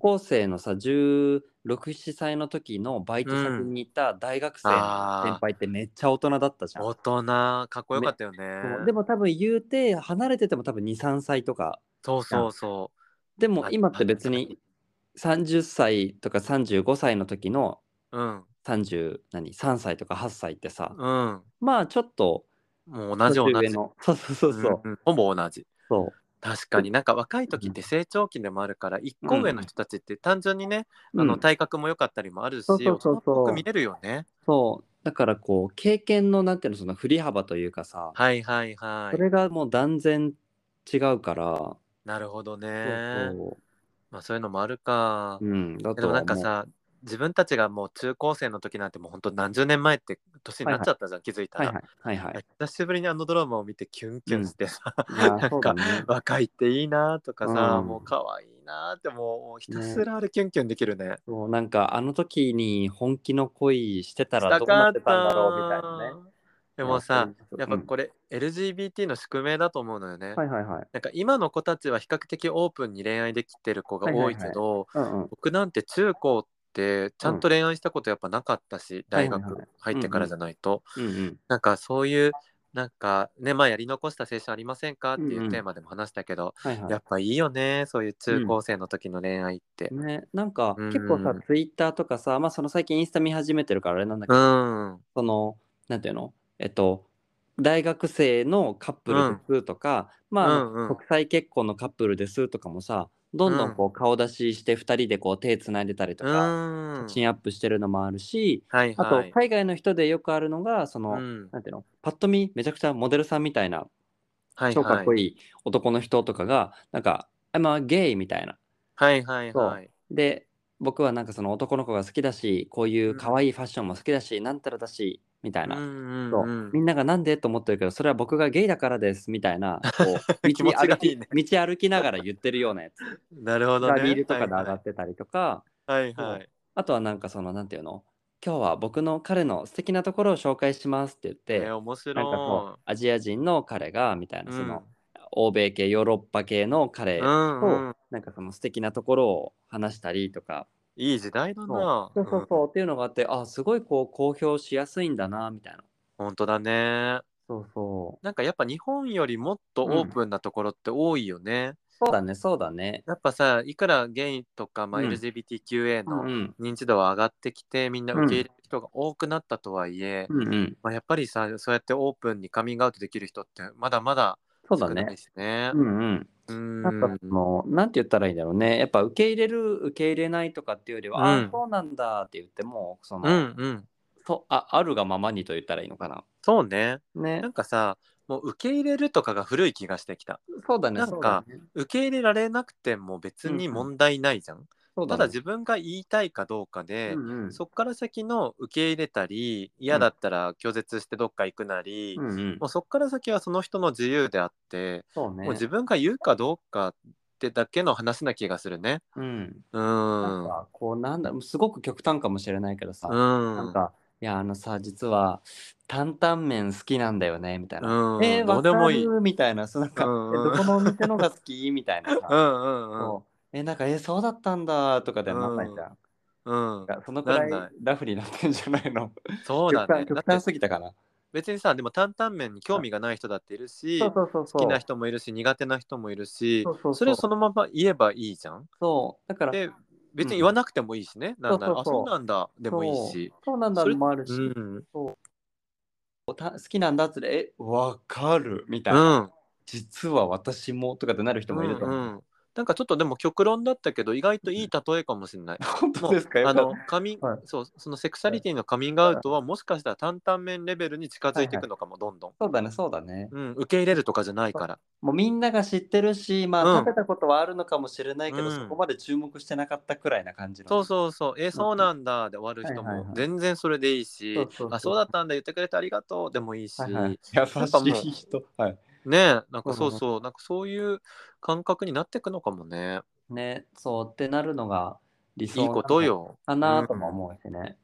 S2: 高校生のさ、じゅうろく、ななさいの時のバイ
S1: う
S2: ト先
S1: ん。
S2: にいた大学生の先
S1: ああ、
S2: 輩ってめっちゃ大人だったじゃん。
S1: 大人、かっこよか
S2: め
S1: ったよ
S2: そう、
S1: ね。
S2: でも多分言うて、離れてても多分に、さんさいとか
S1: そう
S2: じゃん。
S1: そうそう。
S2: でも
S1: あ、
S2: 今って別に
S1: 確かに。
S2: さんじゅっさいとかさんじゅうごさいの時の
S1: うん。
S2: さんじゅう何、さんさいとかはっさいってさ、
S1: うん。
S2: まあちょっと
S1: もう同じ同じ。
S2: 年上の、そうそうそうそう。
S1: うんうん、ほぼ同じ。
S2: そ
S1: 確
S2: う。で、
S1: かになんか若い時っ
S2: うん、
S1: て成長期でもあるから一個上の
S2: うん、
S1: 人たちって単純にね、
S2: うん。
S1: あの体格も良かったりもあるし、大人
S2: そうそうそう
S1: っぽく見
S2: そう。
S1: えるよね。
S2: そう。だからこう、経験のなんていうの、その振り幅というかさ、
S1: はいはいはい。
S2: それがもう断然違うから、
S1: なるほど
S2: そう
S1: ね。
S2: そ
S1: まあそういうのもあるか。
S2: う。うん、だ
S1: でも
S2: とは思う。
S1: なんかさ、自分たちがもう中高生の時なんてもうほんと何十年前って年に
S2: はいはい。
S1: なっちゃったじゃん、気づいたら。
S2: はいはい。はいはい。
S1: 久しぶりにあのドラマを見てキュンキュン
S2: うん。
S1: してさ、
S2: いや、
S1: なんか
S2: そうだね。
S1: 若いっていいなとか
S2: う
S1: さ、もう
S2: ん。
S1: 可愛いなってもうひたす
S2: ね。
S1: らあれキュンキュンできるね。
S2: そう、なんかあの時に本気の恋してたら
S1: した
S2: どうなっ
S1: かっ
S2: てたんだろうみたいなね。
S1: た。で
S2: いや、
S1: もさ、
S2: わかります。うん。
S1: やっぱこれ エルジービーティー の宿命だと思うのよね。
S2: はいはいはい。
S1: なんか今の子たちは比較的オープンに恋愛できてる子が多い
S2: はいはいはい。
S1: けど、
S2: うんうん。
S1: 僕なんて中高ってちゃん
S2: うん。
S1: と恋愛したことやっぱなかったし、大学
S2: はいはいはい。
S1: 入ってからじ
S2: うんうん。
S1: ゃないと。
S2: うんうん。
S1: なんかそういう、なんかね、まあやり残した青春ありませんかっていう
S2: うんうん。
S1: テーマでも話したけど、
S2: はいはい。
S1: やっぱいいよね、そういう中
S2: うん。
S1: 高生の時の恋愛って。
S2: ね、なんか
S1: う
S2: 結構さ、
S1: ーん。
S2: ツイッターとかさ、ま、その最近インスタ見始めてるからあれなんだ
S1: う
S2: けど、
S1: ーん。
S2: その、なんていうの、えっと、大学生のカップルで
S1: うん。
S2: すとか、まあ、
S1: う
S2: あの、
S1: んうん。
S2: 国際結婚のカップルですとかもさ、ど
S1: うん。
S2: んどんこう顔出ししてふたりでこう手繋いでたりと
S1: う
S2: か、写
S1: ーん。
S2: 真アップしてるのもあるし、
S1: はい
S2: あと
S1: はい。
S2: 海外の人でよくあるのが、その、
S1: うん。
S2: なんていうの、パッと見めちゃくちゃモデルさんみたいな、超かっ
S1: はいはい。
S2: こいい男の人とかが、なんか、I'm a gay みたいな。
S1: はいはいは
S2: そ
S1: い。
S2: う。で、僕はなんかその男の子が好きだし、こういう可
S1: うん。
S2: 愛いファッションも好きだし、なんたらだし、 みたいな。
S1: うんうん
S2: そう
S1: うん
S2: みんながなんでと思ってるけど、それは僕がゲイだからですみたいな、こう
S1: 気持ちがいいね。
S2: 道歩きながら言ってるようなやつ
S1: なるほど
S2: がリー
S1: ね。
S2: ルとかで上
S1: はいはい。
S2: がってたりとか、
S1: はい
S2: そう
S1: はい。
S2: あとはなんかそのなんていうの、今日は僕の彼の素敵なところを紹介しますって言っ
S1: えー、
S2: て、
S1: 面
S2: なんかそう
S1: 白
S2: アジア人の彼がみたい
S1: い。う
S2: な、その
S1: ん。
S2: 欧米系ヨーロッパ系の
S1: う
S2: 彼と
S1: んうん。
S2: なんかその素敵なところを話したりとか、
S1: いい時代だ
S2: そう
S1: な。
S2: そうそう
S1: うん。
S2: そうっていうのがあって、あすごいこう公表しやすいんだなみたいな。
S1: 本当だね。
S2: そうそ
S1: なんかやっぱ日本よりもっと
S2: う。う
S1: オー
S2: ん。
S1: プンなところって多いよね。
S2: そうだね、そうだね。
S1: やっぱさ、いくらゲイとか、まあ、
S2: うん
S1: エルジービーティーキューエー の
S2: うんうん
S1: 認知度は上がってきて、みんな
S2: うん
S1: 受け入れる人が多くなったとはいえ、
S2: うんうん。
S1: まあ、やっぱりさ、そうやってオープンにカミングアウトできる人ってまだまだ
S2: そうだね。
S1: 少ないしね。
S2: うんうん。
S1: う
S2: なんか
S1: ーん。
S2: その、なんて言ったらいいんだろうね。やっぱ受け入れる、受け入れないとかっていうよりは、ああ、
S1: うん。
S2: そうなんだって言っても、そ
S1: うん
S2: の、
S1: うん。
S2: そあ、あるがままにと言ったらいいのかな。
S1: そうね。
S2: ね。
S1: なんかさ、もう受け入れるとかが古い気がしてきた。
S2: そうだね、
S1: なんか、
S2: そうだね。
S1: 受け入れられなくても別に
S2: うんうん。
S1: 問題ないじゃん。ただ
S2: そうだね。
S1: 自分が言いたいかどうか
S2: う
S1: で、
S2: んうん。
S1: そっから先の受け入れたり、
S2: うん
S1: 嫌だったら拒絶してどっか行くなり、
S2: うんうん。
S1: もうそっから先はその人の自由であって、
S2: そうね。
S1: もう自分が言うかどうかってだけの話な気がするね。
S2: うん。
S1: うーん。
S2: なんか、こう、なんだ、すごく極端かもしれないけど
S1: う
S2: さ、なん
S1: ーん。
S2: か、いや、あのさ、実は、担々麺好きなんだよね、みたい
S1: う
S2: な。えー、
S1: ーん。ど
S2: わ
S1: うでもいい。
S2: かるみたいな、そうなん
S1: う
S2: か、え、ど
S1: んうん。
S2: このお店のが好きみたいな
S1: う
S2: さ、
S1: んうんうん。
S2: そう、え、なんか、え、そうだったんだとかで
S1: う
S2: はなんないじ
S1: ん。
S2: ゃん。
S1: うん。
S2: が、そのくらい
S1: なんない。
S2: ラフになってんじゃないの？極端
S1: そうだね。だ
S2: 極端
S1: って
S2: すぎたかな。
S1: 別にさ、でも担々麺に興
S2: あ、
S1: 味がない人だっているし、
S2: そうそうそう
S1: 好きな
S2: そう。
S1: 人もいるし、苦手な人もいるし、
S2: そうそう
S1: それをそ
S2: そう。
S1: のまま言えばいいじゃん。
S2: そう、だから
S1: で、別に言わ
S2: うん。
S1: なくてもいいしね。な
S2: そう
S1: んなら、あ、そう
S2: そうそう。
S1: なんだでもいい
S2: そう、
S1: し。
S2: そうなんだ
S1: それ、
S2: もあるし、
S1: うん、
S2: た好きなんだっつって、え、わかるみたいな。
S1: うん、
S2: 実は私もとかってなる人
S1: う
S2: もいると思う。
S1: ん、うん。なんかちょっとでも極論だったけど、意外といい例えかもしれない。
S2: 本当
S1: もう、
S2: ですか？よかっ
S1: あの、カミン、
S2: た。はい。
S1: そう、そのセクシャリティのカミングアウトはもしかしたら担々麺レベルに近づ
S2: はいはい。
S1: いていくのかも、どんどん。
S2: そうだね、そうだね。
S1: うん、受け入れるとかじゃない
S2: そう。
S1: から。
S2: もうみんなが知ってるし、まあ、
S1: うん、
S2: 食べたことはあるのかもしれない
S1: う
S2: けど、そこ
S1: ん。
S2: まで注目してなかったくらいな感じの
S1: そう
S2: ね。
S1: そうそう、え、
S2: うんうん。
S1: そうなんだで終わる人も
S2: はいはいはい。
S1: 全然それでいいし、
S2: そうそう
S1: あ、
S2: そうそう。
S1: そうだったんだ、言ってくれてありがとうでもいい
S2: はいはい。
S1: し、
S2: 優しい
S1: なんかも
S2: 人。はい。
S1: う、ね、なんかそう
S2: うん
S1: そう、なんかそういう感覚になっていくのかもね。
S2: ね、そうってなるのが理
S1: いいこ
S2: 想なの
S1: とよ。
S2: か
S1: うん。
S2: なとも思うしね。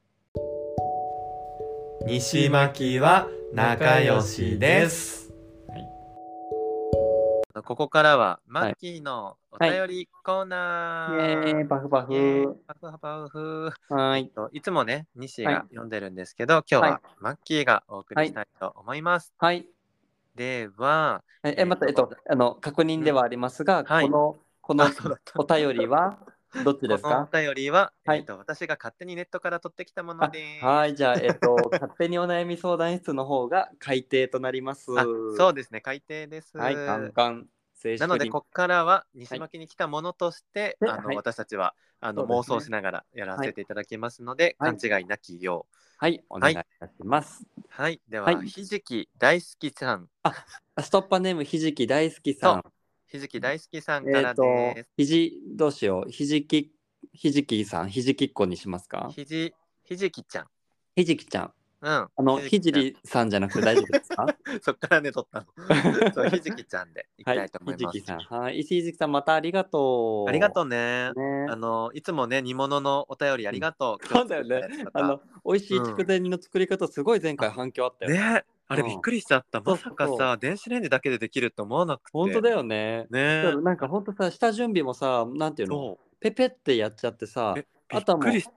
S3: 西巻は仲良しです。
S2: はい。
S1: ここからはマッ
S2: はい。
S1: キーのお
S2: はい。
S1: 便りコー
S2: イ
S1: ナ
S2: ェーイ、バフバ
S1: ー。イエーイ、
S2: フ。
S1: パフパフ。
S2: はい。
S1: えっと、いつもね、西
S2: はい。
S1: が読んでるんですけど、今日
S2: はい。
S1: はマッキーがお送
S2: はい。
S1: りしたいと思います。
S2: はい。
S1: では、
S2: え、え、
S1: えっ
S2: また、えっ
S1: と、
S2: と、あの、確認
S1: うん、
S2: ではありますが、
S1: はい。
S2: このこ
S1: あ、
S2: の
S1: そうだった。
S2: お便りはどっちで
S1: このお
S2: すか？
S1: 便りは、
S2: はい。
S1: えっと、私が勝手にネットから取ってきたもの
S2: あ、
S1: です。
S2: はい、じゃあ、えっと、勝手にお悩み相談室の方が改定となります。
S1: あ、そうですね、改定で
S2: はい、カン
S1: す。
S2: カン、正
S1: なので、
S2: 式に。
S1: こっからは
S2: はい。
S1: 西巻に来たものとして、
S2: で、
S1: あの、
S2: はい、
S1: 私たちは、あの、妄
S2: そうですね。
S1: 想しながらやら
S2: はい。
S1: せていただきますので、
S2: はい。
S1: 勘違いなきよう。
S2: はい、お願いい
S1: はい。
S2: たします。
S1: はい。で
S2: はい。
S1: は、ひじき大好きさん。
S2: あ、ストッパーネームひじき大好きさん。
S1: そう。ひじき大好きさんか
S2: えっ
S1: ら
S2: と、
S1: です。
S2: ひじどうしよう、ひじきひじきさん、ひじきっこにしますか？
S1: ひじ、ひじきちゃん。
S2: ひじきちゃん。
S1: うん。
S2: あの、
S1: ひじきちゃん。
S2: ひじりさんじゃなくて大丈夫ですか？
S1: そっからね、取ったの。そう、ひじきちゃんでいき
S2: はい、
S1: たいと思います。
S2: ひじきさん。はい、ひじきさんまたありがと
S1: ありがとうね。
S2: う。ね。
S1: あの、いつもね、煮物のお便りあ
S2: うん。
S1: りがとう。今日作った
S2: そうだよね。
S1: やつとか。
S2: あの、美味しい
S1: うん。
S2: 筑前煮の作り方すごい前回
S1: あ、
S2: 反響あったよね。
S1: ね、あ
S2: うん。
S1: れびっくりしちゃった。ま
S2: そう
S1: さ
S2: そうそう。
S1: かさ、電子レンジだけでできるって思わなくて。
S2: ほんとだよね。だか
S1: ね、
S2: らなんか
S1: あ、
S2: ほんとさ、下準備もさ、なんていうの、
S1: そう。
S2: ペペってやっちゃってさ、
S1: え、びっ
S2: あとはもう
S1: くりした。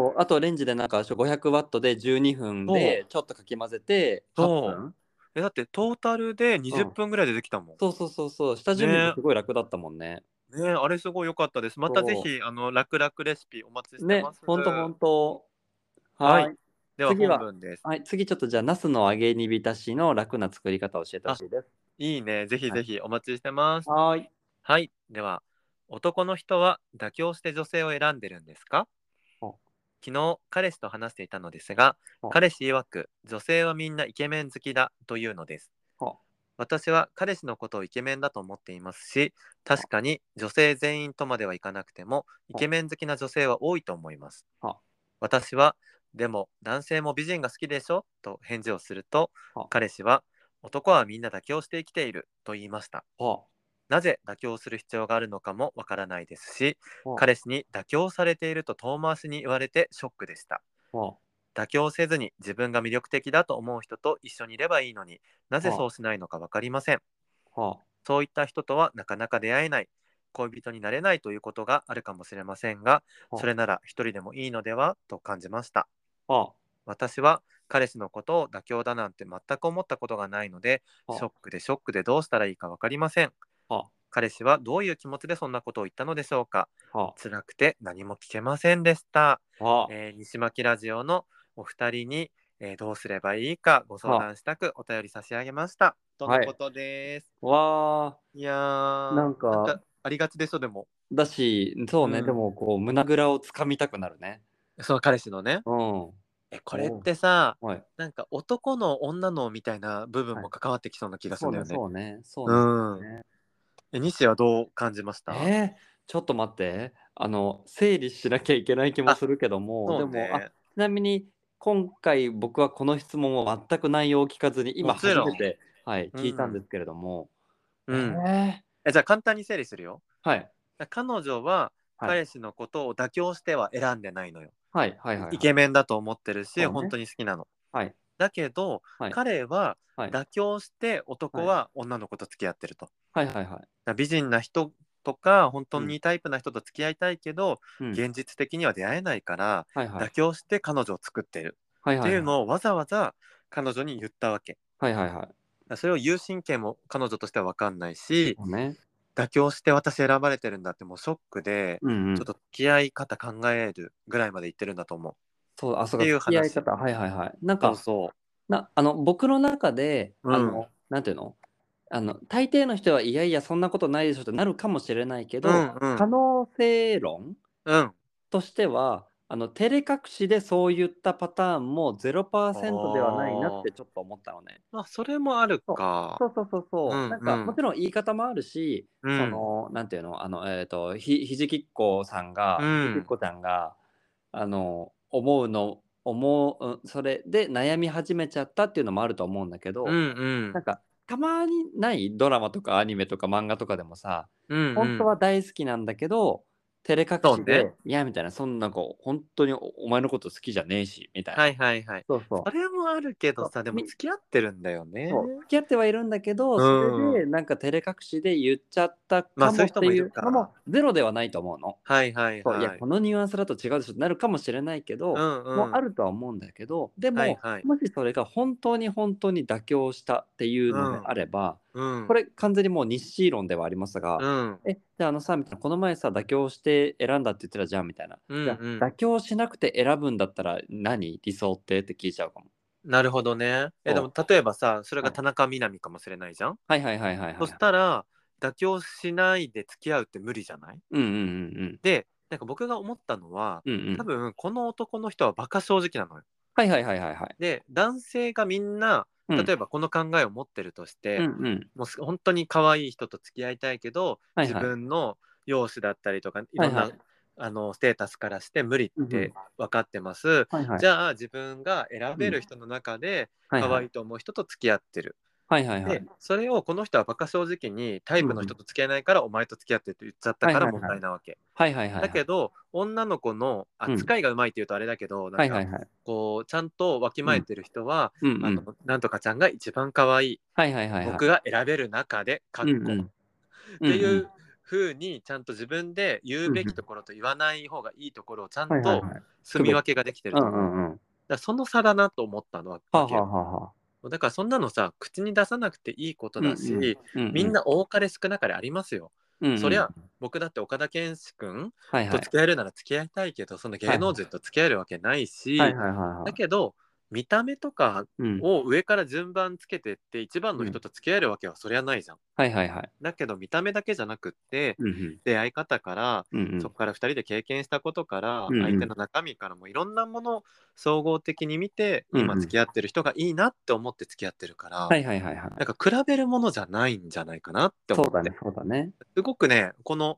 S2: そう、あとレンジでなんかごひゃくワットでじゅうにふん
S1: そう、
S2: でちょっとかき混ぜて8
S1: そう。
S2: 分？
S1: え、だってトータルで20
S2: うん。
S1: 分ぐらいでできたもん。
S2: そうそうそうそう、下準備も
S1: ね、
S2: すごい楽だったもんね。
S1: ね、あれすごい良かったです。またぜ
S2: そ
S1: ひ、あの、楽々レシピお待ちし
S2: う。ね、
S1: てます。
S2: ほんとほんと。
S1: はい。
S2: はい。
S1: では
S2: 次は
S1: 本文です。
S2: はい、次ちょっとじゃあ、茄子の揚げ煮浸しの楽な作り方を教えて欲
S1: あ、
S2: しいです。
S1: いいね。ぜひ
S2: はい。
S1: ぜひお待ちしてます。
S2: はい。
S1: はい。では、男の人は妥協して女性を選んでるんですか？
S2: ほ
S1: 昨日、彼氏と話していたのですが、
S2: ほ
S1: 彼氏曰く、女性はみんなイケメン好きだというのです。
S2: ほ
S1: 私は彼氏のことをイケメンだと思っていますし、
S2: ほ
S1: 確かに女性全員とまではいかなくても、イ
S2: ほ
S1: ケメン好きな女性は多いと思います。
S2: ほ
S1: 私はでも男性も美人が好きでしょと返事をすると、
S2: は
S1: 彼氏は男はみんな妥協して生きていると言いました。
S2: は
S1: なぜ妥協する必要があるのかもわからないですし、
S2: は
S1: 彼氏に妥協されていると遠回しに言われてショックでした。
S2: は
S1: 妥協せずに自分が魅力的だと思う人と一緒にいればいいのになぜそうしないのか分かりません。
S2: は
S1: そういった人とはなかなか出会えない、恋人になれないということがあるかもしれませんが、
S2: は
S1: それなら一人でもいいのではと感じました。
S2: は
S1: 私は彼氏のことを妥協だなんて全く思ったことがないので、
S2: は
S1: ショックでショックでどうしたらいいか分かりません。
S2: は
S1: 彼氏はどういう気持ちでそんなことを言ったのでしょうか。
S2: は
S1: 辛くて何も聞けませんでした。
S2: は
S1: えー西巻ラジオのお二人に、えーどうすればいいかご相談したくお便り差し上げました。とのことです。
S2: わ
S1: い、やー、
S2: なんか
S1: なんかありがちでしょ、でも。
S2: ーだし、そうね、
S1: うん
S2: でもこう胸ぐらをつかみたくなるね。
S1: その彼氏のね。
S2: うん。
S1: え、これってさ、
S2: はい。
S1: なんか男の女のみたいな部分
S2: はい
S1: も関わってきそうな気がす
S2: そうね、
S1: るんだよね。
S2: そうね、そう
S1: う
S2: ね。
S1: ん。
S2: そうね
S1: え、西はどう感じました？
S2: えー、ちょっと待って、あの、整理しなきゃいけない気も
S1: あ、
S2: するけども、
S1: そう
S2: でも、あ、
S1: ね。
S2: ちなみに今回僕はこの質問を全く内容を聞かずに、今
S1: もちろん。
S2: 初めて、はい、
S1: う
S2: 聞いたんで
S1: ん。
S2: すけれども、え
S1: うん。
S2: ー、
S1: え、じゃあ簡単に整理するよ。
S2: はい、
S1: 彼女は
S2: はい、
S1: 彼氏のことを妥協しては選んでないのよ。
S2: はい、はい、はい、はい。
S1: イケメンだと思ってるし、
S2: そうね。
S1: 本当に好きなの。
S2: はい、
S1: だけど、
S2: はい、
S1: 彼は
S2: はい、
S1: 妥協して男
S2: はい、
S1: は女の子と付き合ってると。
S2: はい、はい、はい。
S1: だから美人な人とか、本当
S2: うん、
S1: にタイプな人と付き合いたいけど、
S2: うん、
S1: 現実的には出会えないから、
S2: はい、はい、
S1: 妥協して彼女を作ってる
S2: はい、はい、
S1: っていう
S2: はい、
S1: のをわざわざ彼女に言ったわけ。
S2: はい、はい、はい。
S1: だからそれを言う神経も彼女としては分かんないし、
S2: そうね。
S1: 妥協して私選ばれてるんだってもうショックで、
S2: うんうん。
S1: ちょっと付き合い方考えるぐらいまで言ってるんだと思う。
S2: そう、あ、そうか、
S1: っていう
S2: 付き合い
S1: 話。
S2: 方、はい、はい、はい。なんか、
S1: そうそ
S2: な、あの、僕の中で、
S1: う。うん。
S2: あの、なんていうのあの、大抵の人はいやいや、そんなことないでしょってなるかもしれないけ
S1: う
S2: ど、
S1: んうん。
S2: 可能性論
S1: うん。
S2: としては、あの、照れ隠しでそういったパターンもゼロパーセントではないなっ
S1: ああ。
S2: てちょっと思ったのね。
S1: まあ、それもある
S2: そう
S1: か。
S2: そうそうそう
S1: う
S2: そう。なんか、も
S1: んうん。
S2: ちろん言い方もあるし、
S1: うん。
S2: その、なんていうの、あの、えっと、ひ、ひじきっこさんが、ひじきっ
S1: うん。
S2: こちゃんが、あの、思うの、思う、うんそれで悩み始めちゃったっていうのもあると思うんだけ
S1: うん
S2: ど、
S1: うん。
S2: なんか、たまにないドラマとかアニメとか漫画とかでもさ、
S1: うんう
S2: 本当
S1: ん。
S2: は大好きなんだけど、照れ隠
S1: そうね。
S2: しで、いや、みたいな、そんなこう、本当におお前のこと好きじゃねえし、みたいな。
S1: はいはいはい。
S2: そうそう。
S1: それもあるけど
S2: そう
S1: さ、でも
S2: み
S1: 付き合ってるんだよね。
S2: そう、付き合ってはいるんだけど、
S1: う
S2: それで
S1: ん。
S2: なんか照れ隠しで言っちゃった
S1: まあ、
S2: か
S1: そういう人もい
S2: もっていうの
S1: るか。
S2: もゼロではないと思うの。
S1: はいはい
S2: そう、いや、
S1: はい。
S2: このニュアンスだと違うでしょってなるかもしれないけ
S1: う
S2: ど、
S1: んうん。
S2: もうあるとは思うんだけど、でも、
S1: はいはい。
S2: もしそれが本当に本当に妥協したっていうので
S1: うん。
S2: あれば、
S1: うん。
S2: これ完全にもう日誌論ではありますが、
S1: うん。
S2: え、じゃああのさ、みたいな、この前さ、妥協して選んだって言ってたじゃんみたいな。
S1: うん
S2: じゃあ、
S1: うん。
S2: 妥協しなくて選ぶんだったら何理想ってって聞いちゃうかも。
S1: なるほどね。え、でも
S2: そ
S1: 例えばさ、それ
S2: う。はい。
S1: が田中みな実かもしれないじゃん。
S2: はいはいはいはいは
S1: そ
S2: い。
S1: したら、妥協しないで付き合うって無理じゃない？
S2: うんうんうんうん。
S1: で、なんか僕が思ったのは、
S2: うんうん。
S1: 多分この男の人はバカ正直なのよ。
S2: はいはいはいはいはい。
S1: で、男性がみんな、
S2: うん。
S1: 例えばこの考えを持ってるとし
S2: うん
S1: て、
S2: うん。
S1: もうす本当に可愛い人と付き合いたいけど、自
S2: はいはい。
S1: 分の容姿だったりとか、いろんな
S2: はいはい。
S1: あのステータスからして無理っ
S2: うんうん。
S1: て分かってます。
S2: はいはい。
S1: じゃあ自分が選
S2: うん。
S1: べる人の中で
S2: はいはい。
S1: 可愛いと思う人と付き合ってる。で、
S2: はいはいはい。
S1: それをこの人はバカ正直にタイ
S2: うんうん。
S1: プの人と付き合えないからお前と付き合ってって言っちゃったから問
S2: はいはいはい。
S1: 題なわけ。
S2: はいはいはいはい。
S1: だけど、女の子の
S2: うん。
S1: 扱いがうまいって言うとあれだけど、なんか、
S2: はいはいはい。
S1: こう、ちゃんとわき
S2: うん。
S1: まえてる人は、あの、
S2: うんうん。
S1: なんとかちゃんが一番可愛い。
S2: はいはいはいはい。
S1: 僕が選べる中で、かっこ。
S2: うんうん。うんうん。
S1: っていう風に、ちゃんと自分で言うべ
S2: うんうん。
S1: きところと言わない方がいいところをちゃんと
S2: はいはいはい。
S1: 住
S2: 区別。
S1: み分けができてる
S2: うんう
S1: と思う。だか
S2: んうん。
S1: らその差だなと思ったのわ
S2: はあはあ
S1: わけよ。
S2: はあはあ。
S1: だからそんなのさ、口に出さなくていいこと
S2: うんうん。
S1: だし、
S2: うんうん。
S1: みんな多かれ少なかれありますよ。
S2: うんうん。
S1: そりゃ、僕だって岡田健志くん
S2: はいはい。
S1: と付き合えるなら付き合いたいけど、その
S2: はいはい。
S1: 芸能人と付き合えるわけないし、
S2: はいはいはいはい。
S1: だけど、見た目とか
S2: うん。
S1: を上から順番つけてって一番の人
S2: うん。
S1: と付き合えるわけはそりゃないじゃん。
S2: はいはいはい。
S1: だけど見た目だけじゃなくって、
S2: うんうん。
S1: 出会い方から、
S2: うんうん。
S1: そこからふたりで経験したことから、
S2: うんうん。
S1: 相手の中身からもいろんなものを総合的に見て、
S2: うんうん。
S1: 今付き合ってる人がいいなって思って付き合ってるから、
S2: はいはいはいはい。
S1: なんか比べるものじゃないんじゃないかなって思って。
S2: そうだねそうだね。
S1: すごくね、この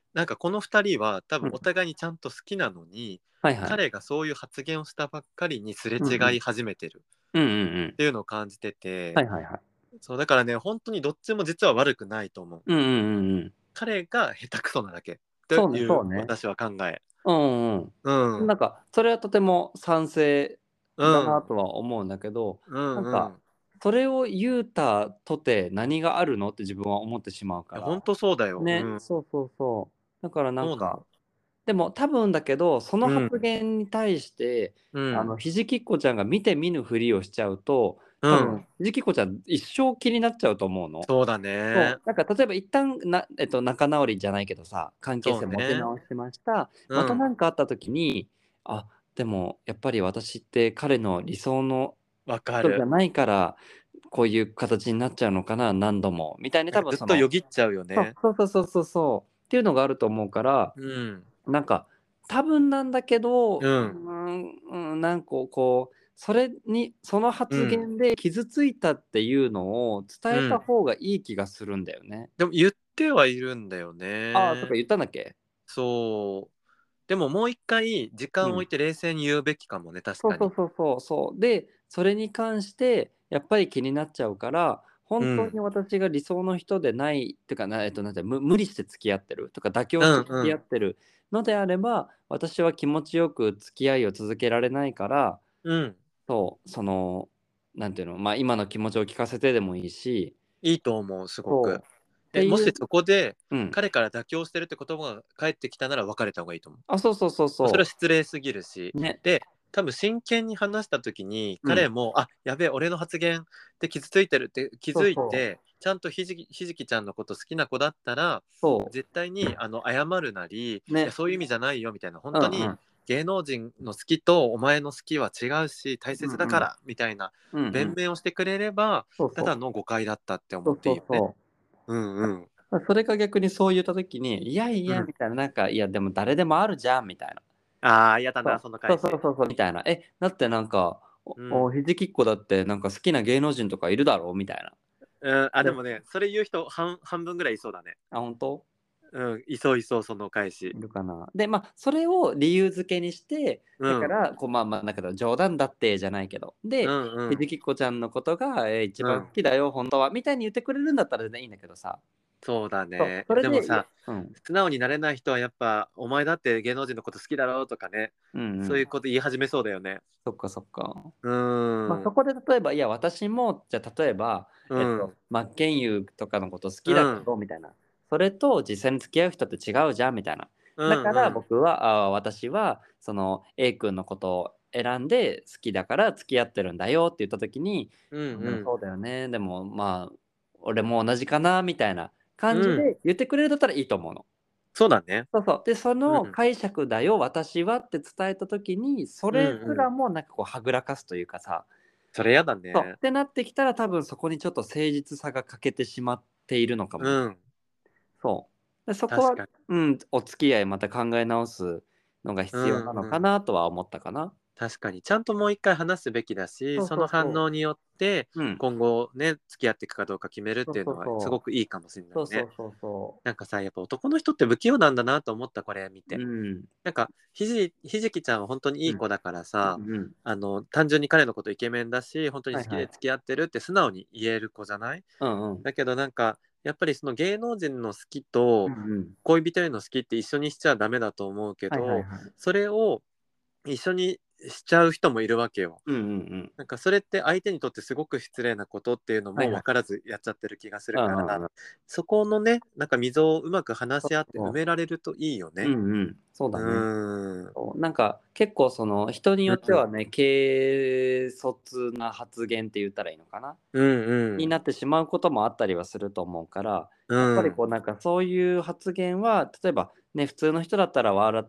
S1: なんかこのふたりは多
S2: うん
S1: 分お互いにちゃんと好きなのに、
S2: はいはい。
S1: 彼がそういう発言をしたばっかりにすれ
S2: うんうん
S1: 違い始めてる
S2: うんうんうん
S1: っていうのを感じて
S2: は
S1: て、
S2: いはいはい。
S1: そうだからね、本当にどっちも実は悪くないと思う。
S2: うんうんうんうん。
S1: 彼が下手くそなだけと
S2: そうね、
S1: いう
S2: そうね。
S1: 私は考え。
S2: うんう
S1: うん
S2: ん。なんか、それはとても賛成
S1: う
S2: だなん
S1: うん
S2: とは思うんだけど、
S1: うんうん。
S2: なんか、それを言うたとて何があるのって自分は思ってしまうから。
S1: いや本当そうだよ。う
S2: ね、
S1: ん。
S2: そうそうそう。だからなんか、
S1: そうなの。
S2: でも多分だけど、その
S1: うん
S2: 発言に対して、あの、
S1: うん
S2: ひじきっこちゃんが見て見ぬふりをしちゃうと、多分、
S1: うん。
S2: ひじきっこちゃん一生気になっちゃうと思うの。
S1: そうだね。
S2: そう、なんか例えば一旦なえっと、仲直りじゃないけどさ、関係性持て
S1: そうね。
S2: 直しました。また
S1: うん。
S2: 何かあった時に、あ、でもやっぱり私って彼の理想の
S1: わかる。
S2: 人じゃないから、こういう形になっちゃうのかな、何度もみたいに
S1: なんかずっとよ
S2: 多分その
S1: ぎっちゃうよ
S2: そう
S1: ね。
S2: そうそうそうそうそうっていうのがあると思うから、
S1: うん。
S2: なんか多分なんだけど、うー
S1: うん。
S2: ん、うん、なんかこう、それにその発
S1: うん。
S2: 言で傷ついたっていうのを伝えた
S1: うん。
S2: 方がいい気がするんだよね。
S1: でも言ってはいるんだよ
S2: ああ、そっか、
S1: ね。
S2: 言ったんだっけ？
S1: そう。でももう一回時間を置
S2: うん。
S1: いて冷静に言うべきかもね、確
S2: そう
S1: かに。
S2: そうそうそうそう。で、それに関してやっぱり気になっちゃうから、本当に
S1: うん。
S2: 私が理想の人でないっていうか、なえっと、なんて、む無理して付き合ってるとか、妥
S1: う
S2: 協して付
S1: んうん。
S2: き合ってるのであれば、私は気持ちよく付き合いを続けられないから、
S1: うん。
S2: そう、その、なんていうの、ま、今の気持ちを聞かせてでもいいし、
S1: いいと思う、すごく。
S2: そう、って
S1: え、もし
S2: いう
S1: そこで
S2: うん。
S1: 彼から妥協してるって言葉が返ってきたなら別れた方がいいと思う。
S2: あ、そうそうそう
S1: ま、それは
S2: そ
S1: 失礼すぎるし、
S2: う。ね。
S1: で、多分真剣に話した時に、
S2: うん。
S1: 彼も、あ、やべえ、俺の発言で傷ついてるって気づい
S2: そうそう。
S1: て、ちゃんとひじきひじきちゃんのこと好きな子だったら、
S2: そ
S1: 絶対にあの謝るなり、い
S2: う。ね。
S1: やそういう意味じゃないよみたいな、ほんとに
S2: うんうん。
S1: 芸能人の好きとお前の好きは違うし、大
S2: うんうん。
S1: 切だからみたいな
S2: うんうん。
S1: 弁明をしてくれれば、
S2: そうそう。
S1: ただの誤解だったって思っ
S2: そう
S1: ていいよね。
S2: そうそう。
S1: うんうん。
S2: ま、それが逆にそう言った時に、いやい
S1: うん。
S2: やみたいな、なんか、いやでも誰でもあるじゃんみたいな。
S1: ああ、嫌だな、
S2: そう、
S1: その
S2: そう
S1: 返し。
S2: そうそうそうみたいな。え、だってなんか、おお
S1: うん。
S2: ひじきっこだってなんか好きな芸能人とかいるだろうみたいな。
S1: うん、あ、で
S2: で
S1: もね、それ言う人、半半分ぐらいいそうだね。
S2: あ、本当？
S1: うん、いそういそう、その返し。
S2: いるかな。で、ま、それを理由付けにして、
S1: うん。
S2: だから、こう、まあまあ、だけど冗談だってじゃないけど、
S1: う
S2: で、
S1: んうん。
S2: ひじきっこちゃんのことが、え、一番好
S1: うん。
S2: きだよ、ほんとは、みたいに言ってくれるんだったら全然いいんだけどさ。
S1: そうだ
S2: そう、
S1: ね。いや、
S2: それでいや
S1: でもさ、
S2: うん、
S1: 素直になれない人はやっぱ、お前だって芸能人のこと好きだろとかね、
S2: うんうん。
S1: そういうこと言い始めそうだよね。
S2: そっかそっか。
S1: う
S2: まあ、
S1: ーん。
S2: そこで例えば、いや、私も、じゃあ例えば、えっと、
S1: うん。
S2: 真剣佑とかのこと好きだけ
S1: うん。
S2: どみたいな。それと実際に付き合う人って違うじゃんみたいな。
S1: う
S2: だから
S1: んうん。
S2: 僕は、ああ、私はその A 君のことを選んで好きだから付き合ってるんだよって言った時に、
S1: うん
S2: あ、でも
S1: うん。
S2: そうだよね。でも、まあ、俺も同じかなみたいな感じ
S1: うん。
S2: で言ってくれるんだったらいいと思うの。
S1: そうだね。
S2: そうそう。で、その
S1: うん。
S2: 解釈だよ、私はって伝えた時に、そ
S1: うん
S2: れす
S1: うん。
S2: らもなんかこうはぐらかすというかさ、
S1: それやだ
S2: そう、
S1: ね。
S2: ってなってきたら、多分そこにちょっと誠実さが欠けてしまっているのかもね。
S1: うん。
S2: そう。で、そこは、
S1: 確かに。
S2: うん、お付き合いまた考え直すのが
S1: う
S2: 必要なのか
S1: んうん。
S2: なとは思ったかな。
S1: 確かに、ちゃんともう一回話すべきだし、
S2: そう
S1: その
S2: そうそう。
S1: 反応によって、
S2: うん。
S1: 今後ね、付き合っていくかどうか決めるっ
S2: そうそう
S1: ていうのはすご
S2: そう。
S1: くいいかもしれないね。
S2: そうそうそうそ
S1: なんかさ、やっぱ男の人って不器用なんだなと思った、これ見
S2: う。う
S1: て。
S2: ん。
S1: なんか、ひじひじきちゃんは本当にい
S2: うん。
S1: い子だから
S2: う
S1: さ、
S2: んうん。
S1: あの、単純に彼のことイケメンだし、本当に好きで
S2: はいはい。
S1: 付き合ってるって素直に言える子じゃない？
S2: うんうん。
S1: だけどなんか、やっぱりその芸能人の好きと
S2: うんうん。
S1: 恋人への好きって一緒にしちゃダメだと思うけ
S2: はいはい
S1: ど、
S2: はい。
S1: それを一緒にしちゃう人もいるわけよ。
S2: うんうんうん。
S1: なんかそれって相手にとってすごく失礼なことっていうの
S2: はいはい。
S1: も分からずやっちゃってる気がする
S2: うん
S1: から、
S2: うんうん。
S1: そこのね、なんか溝をうまく話
S2: そう
S1: し合って埋
S2: そう。
S1: められるといいよ
S2: う
S1: ね。
S2: んうん。そう
S1: う
S2: だね。
S1: ーん。
S2: そう、なんか結構その人によって
S1: うん。
S2: はね、軽率な発言って言ったらいいのかな？
S1: うんうん。
S2: になってしまうこともあったりはすると思うから、
S1: う
S2: やっぱり
S1: ん。
S2: こうなんかそういう発言は、例えばね、普通の人だったら笑って、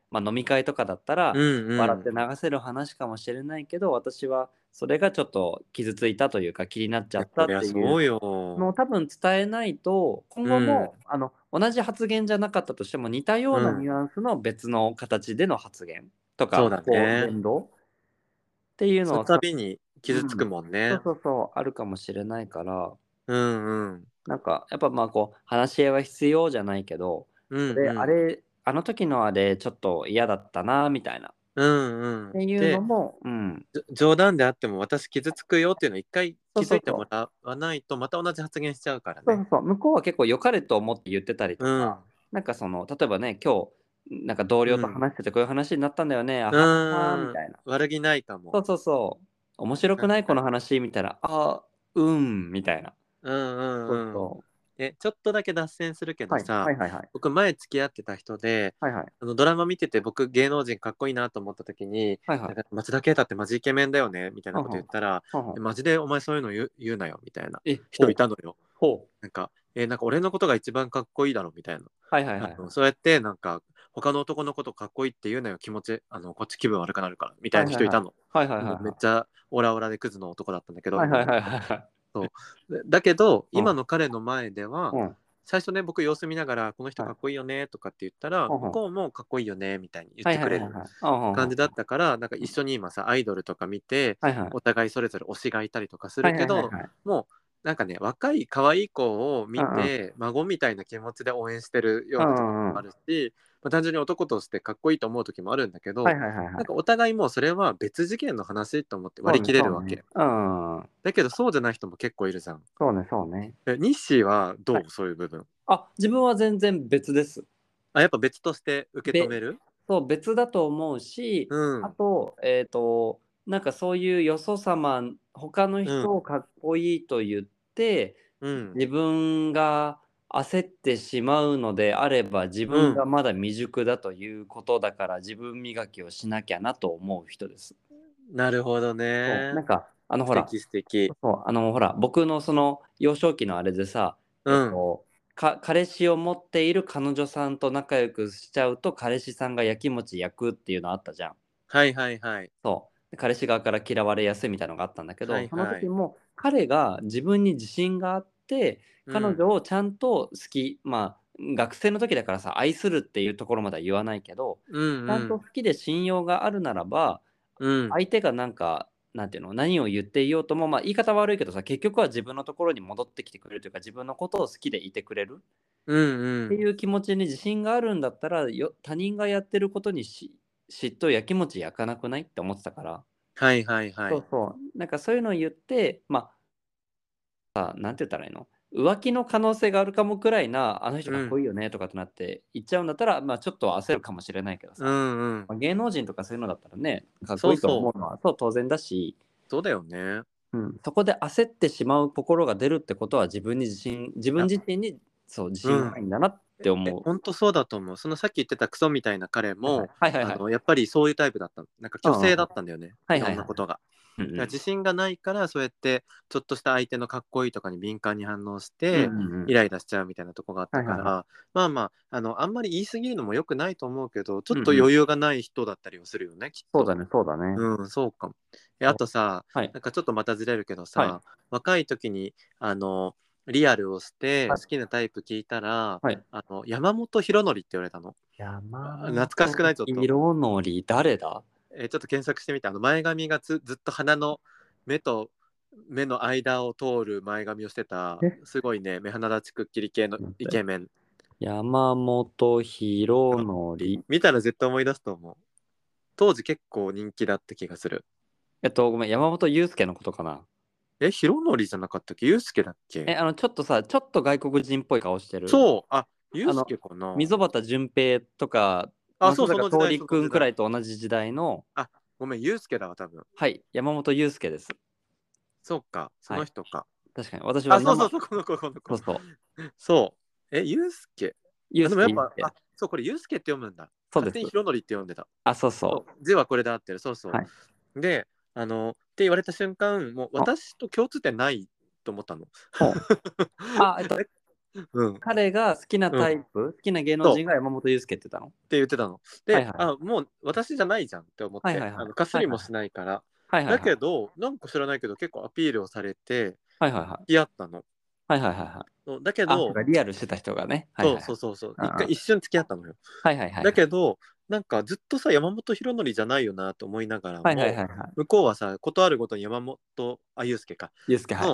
S2: まあ、飲み会とかだったら、
S1: うんうん。
S2: 笑って流せる話かもしれないけど、私はそれがちょっと傷ついたというか、気になっち
S1: いや、
S2: ゃった
S1: そりゃ
S2: っていう
S1: そう
S2: のを
S1: よ。
S2: 多分伝えないと、今
S1: うん。
S2: 後もあの同じ発言じゃなかったとしても、似たようなニ
S1: うん。
S2: ュアンスの別の形での発言とか、
S1: そうだ
S2: こう
S1: ね。
S2: 言動っていう
S1: その
S2: のをさ
S1: 度に傷つく
S2: うん、
S1: もんね。
S2: そうそうそう、あるかもしれないから
S1: うんうん。
S2: なんか、やっぱ、まあ、こう、話し合いは必要じゃないけど、 で、
S1: うんうん
S2: あれ、あの時のあれ、ちょっと嫌だったな、みたいな。
S1: うんうん
S2: っていうの
S1: で
S2: も、うん。
S1: じょ冗談であっても私傷つくよっていうのを一回気づいて
S2: そうそうそう。
S1: もらわないとまた同じ発言しちゃうからね。
S2: そうそうそう。向こうは結構良かれと思って言ってたりとか、
S1: うん
S2: なんかその、例えばね、今日、なんか同僚と
S1: うん
S2: 話しててこういう話になったんだよね、あ
S1: う
S2: ははは、み
S1: ーん
S2: たいな。
S1: 悪気ないかも。
S2: そうそうそう。面白くないこの
S1: 確かに。
S2: 話みたいな。あ、うん、みたいな。
S1: うんう
S2: そう
S1: んうん。
S2: そう。
S1: え、ちょっとだけ脱線するけど
S2: はい、は
S1: さ、
S2: いはいはい。
S1: 僕前付き合ってた人で、
S2: はいはい。
S1: あのドラマ見てて僕芸能人かっこいいなと思った時に、
S2: はいはい。
S1: なんか町田啓太ってマジイケメンだよねみたいなこと
S2: はんはん。
S1: 言ったら、
S2: はんはん。
S1: えマジでお前そういうの言う言うなよみたいな
S2: え、
S1: 人
S2: ほう。
S1: いたのよ。
S2: ほう。
S1: なんか、えなんか俺のことが一番かっこいいだろみたいな。
S2: はいはいはいはい。
S1: あのそうやってなんか他の男のことかっこいいって言うなよ気持ちあのこっち気分悪くなるからみた
S2: はいはいはい。
S1: いな人いたの。
S2: はいはいはい
S1: もうめっ
S2: は
S1: ちゃオラオラでクズの男だったんだけ
S2: い。
S1: ど今も。
S2: はいはいはいはいはい。
S1: そうでだけど
S2: うん。
S1: 今の彼の前では
S2: うん。
S1: 最初ね僕様子見ながらこの人
S2: はい。
S1: かっこいいよねとかって言ったら
S2: ほんほん。
S1: 向こうもかっこいいよねみたいに言っ
S2: はい
S1: てくれる
S2: はいはいはい。あ、ほんほんほん。
S1: 感じだったからなんか一緒に今さアイドルとか見て
S2: はいはい。
S1: お互いそれぞれ推しがいたりとかす
S2: はいは
S1: るけど
S2: いはいはい。
S1: もうなんかね若い可愛い子を見
S2: うんうん。
S1: て孫みたいな気持ちで応援してる
S2: う
S1: ようなところもあ
S2: んうんうん。
S1: るし、まあ、単純に男としてかっこいいと思う時もあるんだけ
S2: はい
S1: ど
S2: はいはいはい。
S1: なんかお互いもうそれは別次元の話と思って
S2: そうね
S1: 割り切れ
S2: そうね。
S1: るわけ。
S2: うんうん。
S1: だけどそうじゃない人も結構いるじゃん。
S2: そうねそうね。
S1: えニッシーは
S2: はい。
S1: どうそういう部分。
S2: あ、自分は全然別です。
S1: あ、やっぱ別として受け止
S2: べ
S1: める。
S2: そう、別だと思うし、
S1: うん
S2: あと、えっと、なんかそういうよそ様他の
S1: うん
S2: 人をかっこいいと言って、
S1: うん
S2: 自分が焦ってしまうのであれば、自
S1: うん
S2: 分がまだ未熟だということだから、自分磨きをしなきゃなと思う人です。
S1: なるほど
S2: そう、な
S1: ね。
S2: んか、あの、ほら、
S1: 素敵素敵。
S2: そう、あの、ほら、僕のその幼少期のあれでさ、えっ
S1: うん
S2: と、か彼氏を持っている彼女さんと仲良くしちゃうと、彼氏さんがやきもち焼くっていうのあったじゃん。
S1: はいはいはい
S2: そう。で、彼氏側から嫌われやすいみたいなのがあったんだけ
S1: は
S2: ど、その
S1: いはい
S2: 時も彼が自分に自信があって、彼
S1: うん
S2: 女をちゃんと好き、まあ、学生の時だからさ、愛するっていうところまでは言わないけど、
S1: うん
S2: ちゃんと好きで信用があるならば、
S1: うんうん
S2: 相手がなんか、なんていうの、何を言っていようとも、まあ、言い方悪いけどさ、結局は自分のところに戻ってきてくれるというか、自分のことを好きでいてくれる
S1: うんうん
S2: っていう気持ちに自信があるんだったら、よ他人がやってることにし嫉妬やきもち焼かなくないって思ってたから。
S1: はいはいはい
S2: そうそう。なんかそういうのを言って、まあ、なんて言ったらいいの、浮気の可能性があるかもくらいな、あの人かっこ
S1: うん
S2: いいよねとかってなって言っちゃうんだったら、まあ、ちょっと焦るかもしれないけど
S1: う
S2: さ、
S1: んうん
S2: まあ、芸能人とかそういうのだったらね、かっこいいと
S1: そうそう
S2: 思うのはそう当然だし、
S1: そうだよね。
S2: うん、そこで焦ってしまう心が出るってことは自分に自信、自分
S1: いや
S2: 自身にそう自信がない
S1: うん
S2: んだなって思う。
S1: え本当そうだと思う。そのさっき言ってたクソみたいな彼も
S2: はいはいはいはい。
S1: あのやっぱりそういうタイプだったの。なんか虚勢だ
S2: うんうんうん。
S1: ったんだよねいろ
S2: はいはいはい。
S1: んなことが。だから
S2: うんうん。
S1: 自信がないからそうやってちょっとした相手のかっこいいとかに敏感に反応し
S2: うん
S1: て
S2: うんうん。
S1: イライラしちゃうみたいなとこがあっ
S2: はいはいはい。
S1: たからまあまああのあんまり言い過ぎるのも良くないと思うけどちょっ
S2: うんうん。
S1: と余裕がない人だったりはするよねきっと。
S2: そうだね、そうだね。
S1: うんそうかも。えあ
S2: そう。
S1: とさ
S2: はい。
S1: なんかちょっとまたずれるけど
S2: はい。
S1: さ若い時にあのリアルをして
S2: はい。
S1: 好きなタイプ聞いたら
S2: はい。
S1: あの山本博則って言われたの。
S2: 山
S1: あ懐かしくないちょっと。
S2: 本博則、誰だ？
S1: えーちょっと検索してみてあの前髪がつずっと鼻の目と目の間を通る前髪をしてた
S2: え、
S1: すごいね目鼻立ちくっきり系の
S2: 待って。
S1: イケメン。
S2: 山本博
S1: あ
S2: 則。
S1: 見たら絶対思い出すと思う。当時結構人気だった気がする。
S2: えっと、ごめん、山本裕介のことかな。
S1: え博則じゃなかったっけ祐介だっ
S2: え、
S1: け。
S2: あの、ちょっとさ、ちょっと外国人っぽい顔してる。
S1: そうあ祐
S2: あの、
S1: 介かな。
S2: 溝端淳平とか、
S1: あそう
S2: 松坂
S1: その時代
S2: 桃李くんくら
S1: その時代。
S2: いと同じ時代の、
S1: あごめん祐介だわ多分。
S2: はい、山本裕介です。
S1: そうかそ
S2: はい。
S1: の人か。
S2: 確かに。私は
S1: あそうそ
S2: 生、
S1: うそうこの子この子。
S2: そうそう。
S1: そうえ祐介
S2: 裕
S1: あでもやっ
S2: 介、裕介。
S1: ぱあそうこれ祐介って読むんだ。
S2: そうです。
S1: 勝手に博則って読んでた。
S2: あ、そう
S1: そ
S2: そ
S1: う字はこれで合ってるそう
S2: う。
S1: そ
S2: はい。
S1: うであのって言われた瞬間もう
S2: あ、
S1: 私と共通点ないと思ったの。
S2: ほう。あ、えっと、
S1: うん
S2: 彼が好きな
S1: うん
S2: タイプ、好きな芸能
S1: そうっ
S2: 人が山本裕介って言ったの？
S1: て言ってたの。で
S2: はいはい。
S1: あもう私じゃないじゃんって思っ
S2: はいはいはい。
S1: てあのかす
S2: はいはいはい。
S1: りもしないから
S2: はいはいはい。
S1: だけどなんか知らないけど結構アピールをされて
S2: はいはいはい。
S1: 付き合ったの。
S2: はいはいはいはい。
S1: そうだけ
S2: あ、そう
S1: ど
S2: か、リアルしてた人がね。はい
S1: そう
S2: はいはい。
S1: そうそうそう
S2: うんうん。
S1: 一回一瞬付き合ったのよ。
S2: はいはいはいはい。
S1: だけどなんかずっとさ山本博則じゃないよなと思いながら
S2: はいはい
S1: も
S2: はいはい。
S1: 向こうはさことあるごとに山本あゆうすけか
S2: ユースケ、はい。
S1: の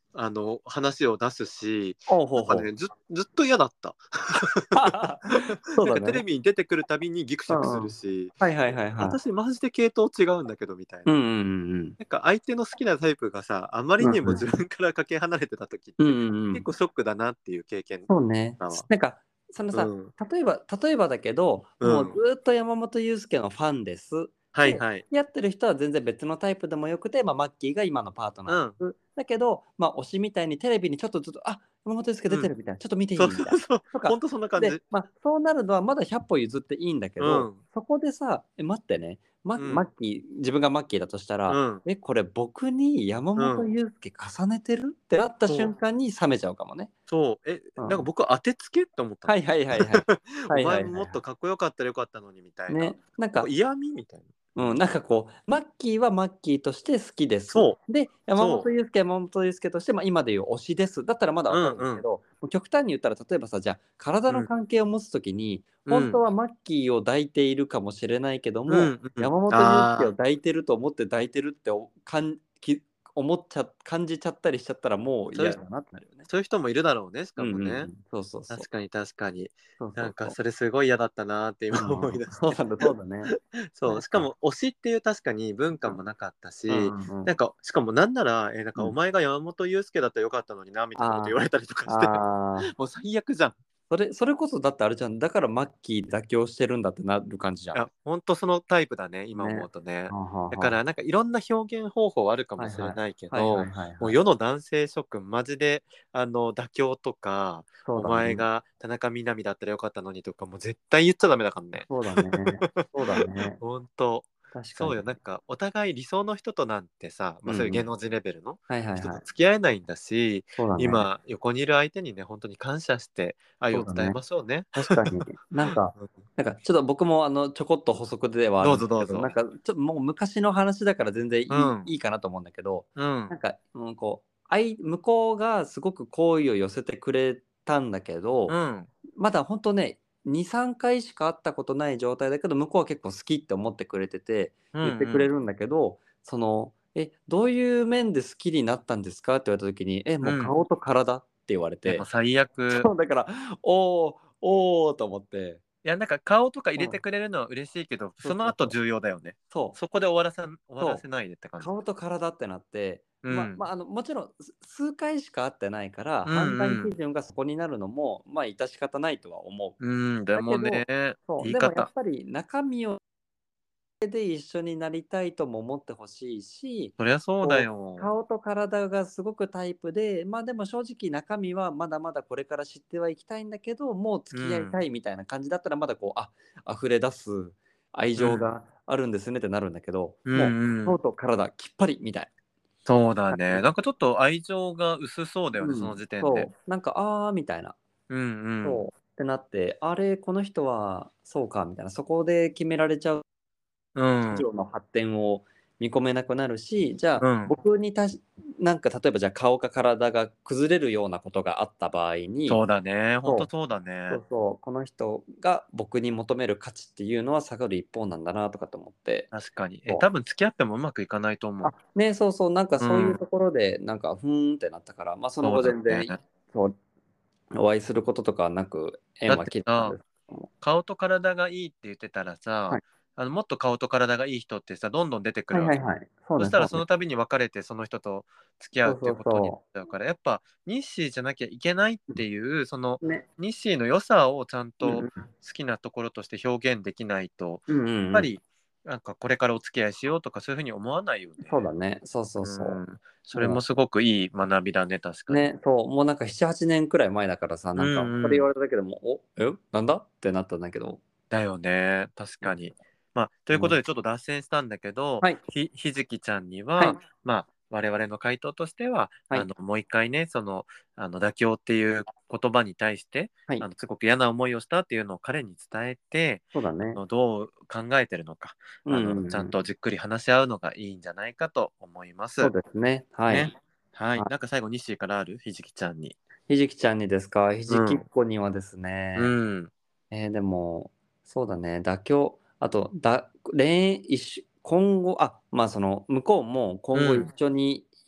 S1: あの話を出すし、
S2: ほうほうんほう。
S1: なかねずずっと嫌だった。
S2: そうだ
S1: なんかテレ
S2: ね。
S1: ビに出てくるたびにギクシャクす
S2: うんうん。
S1: るし、
S2: はいはいはいはい。
S1: 私マジで系統違うんだけどみたいな。
S2: うんうんうんうん。
S1: なんか相手の好きなタイプがさ、あまりにも
S2: うんうん。
S1: 自分からかけ離れてた時っ
S2: うん
S1: て、
S2: うんうん。
S1: 結構ショックだなっていう経験
S2: そうね。
S1: だわ。
S2: なんか、そのさ、
S1: うん。
S2: 例えば例えばだけど、もう
S1: うん。
S2: ずっと山本裕介のファンです。で、
S1: はいはい。
S2: 付き合ってる人は全然別のタイプでもよくて、まあ、マッキーが今のパートナ
S1: うん。
S2: ーです。だけど、まあ、推しみたいにテレビにちょっとずっと、あ、山本裕介
S1: うん。
S2: 出てるみたいな、ちょっと見て
S1: そう
S2: いい？みたいな。
S1: そうそう。
S2: とか、
S1: ほんとそんな感
S2: で、
S1: じ。
S2: まあ、そうなるのはまだひゃっぽ譲っていいんだけど、
S1: うん。
S2: そこでさ、え、待ってね、マ
S1: うん。
S2: マッキー自分がマッキーだとしたら、
S1: うん。
S2: え、これ僕に山
S1: うん。
S2: 本裕介重ねてる？ってなった
S1: そう。
S2: 瞬間に冷めちゃうかもね。
S1: そう。え、
S2: うん。
S1: なんか僕当てつけって思ったの。
S2: はいはいはいはい。はいは
S1: お前
S2: いはいは
S1: ももっとかっこよかったらよかったのにみた
S2: い。
S1: いな。
S2: ね、なんか、
S1: なんか嫌味みたいな。
S2: うん、なんかこう、マッキーはマッキーとして好きです。
S1: そう。
S2: で、山
S1: そう。
S2: 本裕介は山本裕介として、まあ、今でいう推しです。だったらまだわか
S1: うんうん。
S2: るんだけど、もう極端に言ったら、例えばさ、じゃあ、体の
S1: うん。
S2: 関係を持つときに、本当
S1: うん。
S2: はマッキーを抱いているかもしれないけど
S1: う
S2: も、
S1: んうん。
S2: 山本裕介を
S1: ああ。
S2: 抱いてると思って抱いてるっておかんき思っちゃ感じちゃったりしちゃったら、もう
S1: そういう
S2: 嫌だなってなるよね。
S1: そういう人もいるだろうね、し
S2: うんうんう
S1: かもね。
S2: ん。そうそうそう。
S1: 確かに確かに。
S2: そうそうそう。
S1: なんかそれすごい嫌だったなって今
S2: うん
S1: 思
S2: うん。
S1: い出して。
S2: そうなんだそうだね。
S1: そう、しか
S2: なんか、
S1: も推しっていう確かに文化
S2: うん。
S1: もなかった
S2: う
S1: し、
S2: んうんうん。
S1: なんかしかもなんなら、え、なんかお
S2: うん。
S1: 前が山本裕介だったらよかったのになみたいなこと言
S2: あ
S1: われたりとか
S2: あ、
S1: して、
S2: ああ。
S1: もう最悪じゃん。
S2: それそれこそだってあれじゃん、だからマッキー妥協してるんだってなる感じじゃん。
S1: いや、ほんとそのタイプだね、今思
S2: ね。
S1: うとね。
S2: はあはあ
S1: だか
S2: は
S1: らなんかいろんな表現方法あるか
S2: あ。はいはい。
S1: もしれないけ
S2: はいは
S1: ど、
S2: いはいはい。
S1: もう世の男性諸君マジであの妥協とか、お
S2: そうだね。
S1: 前が田中みな実だったらよかったのにとかもう絶対言っちゃダメだからね。
S2: そうだね。そうだね。
S1: ほんと。
S2: 確かに。
S1: そうよ、なんかお互い理想の人となんてさ、ま、そういう
S2: うんうん。
S1: 芸能人レベルの
S2: はいはいはい。
S1: 人と付き合えないんだし、
S2: そうだね。
S1: 今横にいる相手にね、ほんとに感謝して愛を伝え
S2: そうだね。
S1: ましょうね。
S2: 確かに。なんか
S1: うん。
S2: なんかちょっと僕もあのちょこっと補足ではあ
S1: どう
S2: るんですけど、
S1: ぞどうぞ。
S2: なんかちょっともう昔の話だから全然いい
S1: うん。
S2: いいかなと思うんだけど、
S1: うん。
S2: なんか、うん、こう、あい向こうがすごく好意を寄せてくれたんだけど、
S1: うん。
S2: まだほんとね、に、さんかいしか会ったことない状態だけど、向こうは結構好きって思ってくれてて、
S1: うん
S2: 言って
S1: うん。
S2: くれるんだけど、その、「え、どういう面で好きになったんですか？」って言われた時に、「え、もう
S1: うん。
S2: 顔と体」って言われ
S1: え、もう
S2: て、
S1: 最悪。
S2: そうだから、おお、おおと思って。
S1: いや、なんか顔とか入れて
S2: うん。
S1: くれるのは嬉しいけど、
S2: そう
S1: その後
S2: そうそう。
S1: 重要だよね。
S2: そう。
S1: そこで終わらさ終わら
S2: そう。
S1: せないでって感じ。
S2: 顔と体ってなって、まま、
S1: うん。
S2: あの、もちろん、す数回しか会ってないから、
S1: うん
S2: 判断
S1: うん。
S2: 基準がそこになるのも、ま、致し方ないとは思う。
S1: うん、でもね、
S2: だけど、そう、でもやっ
S1: 言い方。
S2: ぱり中身をで一緒になりたいとも思ってほしいし、
S1: そりゃそうだ
S2: こう、
S1: よ。
S2: 顔と体がすごくタイプで、ま、でも正直中身はまだまだこれから知ってはいきたいんだけど、もう付き合いた
S1: うん。
S2: いみたいな感じだったら、まだこう、あ、溢れ出す愛
S1: うん。
S2: 情があるんですねってなるんだけど、
S1: う
S2: もう
S1: んうん。
S2: 顔と体きっぱりみたい
S1: そうだね。
S2: な感じ。
S1: なんかちょっと愛情が薄そうだよね、その
S2: うん、
S1: 時点で。
S2: そう、なんか、ああ、みたいな。
S1: うんうん。
S2: そう、ってなって、あれ、この人はそうかみたいな、そこで決められちゃう
S1: うん。
S2: 以上の発展を見込めなくなるし、じゃあ、
S1: うん。
S2: 僕にたしなんか例えばじゃあ顔か体が崩れるようなことがあった場合に、
S1: そうだね、ほんと
S2: そう、
S1: そうだね。
S2: そうそう、この人が僕に求める価値っていうのは下がる一方なんだなとかと思って、
S1: 確かに。え、多
S2: そう。
S1: 分付き合ってもうまくいかないと思
S2: あ、
S1: う。
S2: ね、そうそう、なんか
S1: うん。
S2: そういうところで、なんか、ふーんってなったから、ま、その後
S1: そうだね。
S2: 全然、そう、お会いすることとかはなく、
S1: だっ
S2: 縁は
S1: てさ、
S2: 切れたんですけども。
S1: 顔と体がいいって言ってたらさ、
S2: はい。
S1: あの、もっと顔と体がいい人ってさ、どんどん出てくるわけ。
S2: はいはいはい。そう
S1: そしたらそ
S2: ねそうね。
S1: の度に別れてその人と付き合うっていう
S2: そうそう
S1: ことになっ
S2: そ
S1: ちゃうから、やっぱニッシーじゃなきゃいけないっていう、その
S2: う。ね。
S1: ニッシーの良さをちゃんと
S2: うんうん。
S1: 好きなところとして表現できないと、
S2: うんうんうん。
S1: やっぱりなんかこれからお付き合いしようとかそういう風に思わないよね。
S2: そうだね。そうそうそ
S1: うん、そ
S2: う。
S1: れも
S2: も
S1: すごくいい学びだね、確
S2: う、
S1: かに。
S2: ね、そう、もうなんかなな、はちねんくらい前だからさ、
S1: う
S2: なんかそれ言わ
S1: んうん。
S2: れただけでも、お、え、なんだってなったんだけど。
S1: だよね、確
S2: そう
S1: かに。まあ、ということ
S2: ね。
S1: でちょっと脱線したんだけど、
S2: はい。
S1: ひひじきちゃんに
S2: はい。
S1: は、まあ、我々の回答としては、
S2: はい。
S1: あの、もう一回ね、その、あの、妥協っていう言葉に対して、
S2: はい。
S1: あの、すごく嫌な思いをしたっていうのを彼に伝えて、
S2: そうだね。
S1: あの、どう考えてるのか、
S2: うんう
S1: あの、ちゃ
S2: んうん。
S1: んとじっくり話し合うのがいいんじゃないかと思います。
S2: そうですね。はい。
S1: ね。はい。
S2: はい。
S1: なんか最後、西からあるひじきちゃんに。
S2: ひじきちゃんにですか？ひじきっ
S1: うん。
S2: こにはです
S1: う
S2: ね、
S1: ん。
S2: えーでも、そうだね、妥協、あと、だ恋一緒今後、あ、まあ、その、向こうも今後一
S1: うん。
S2: 緒に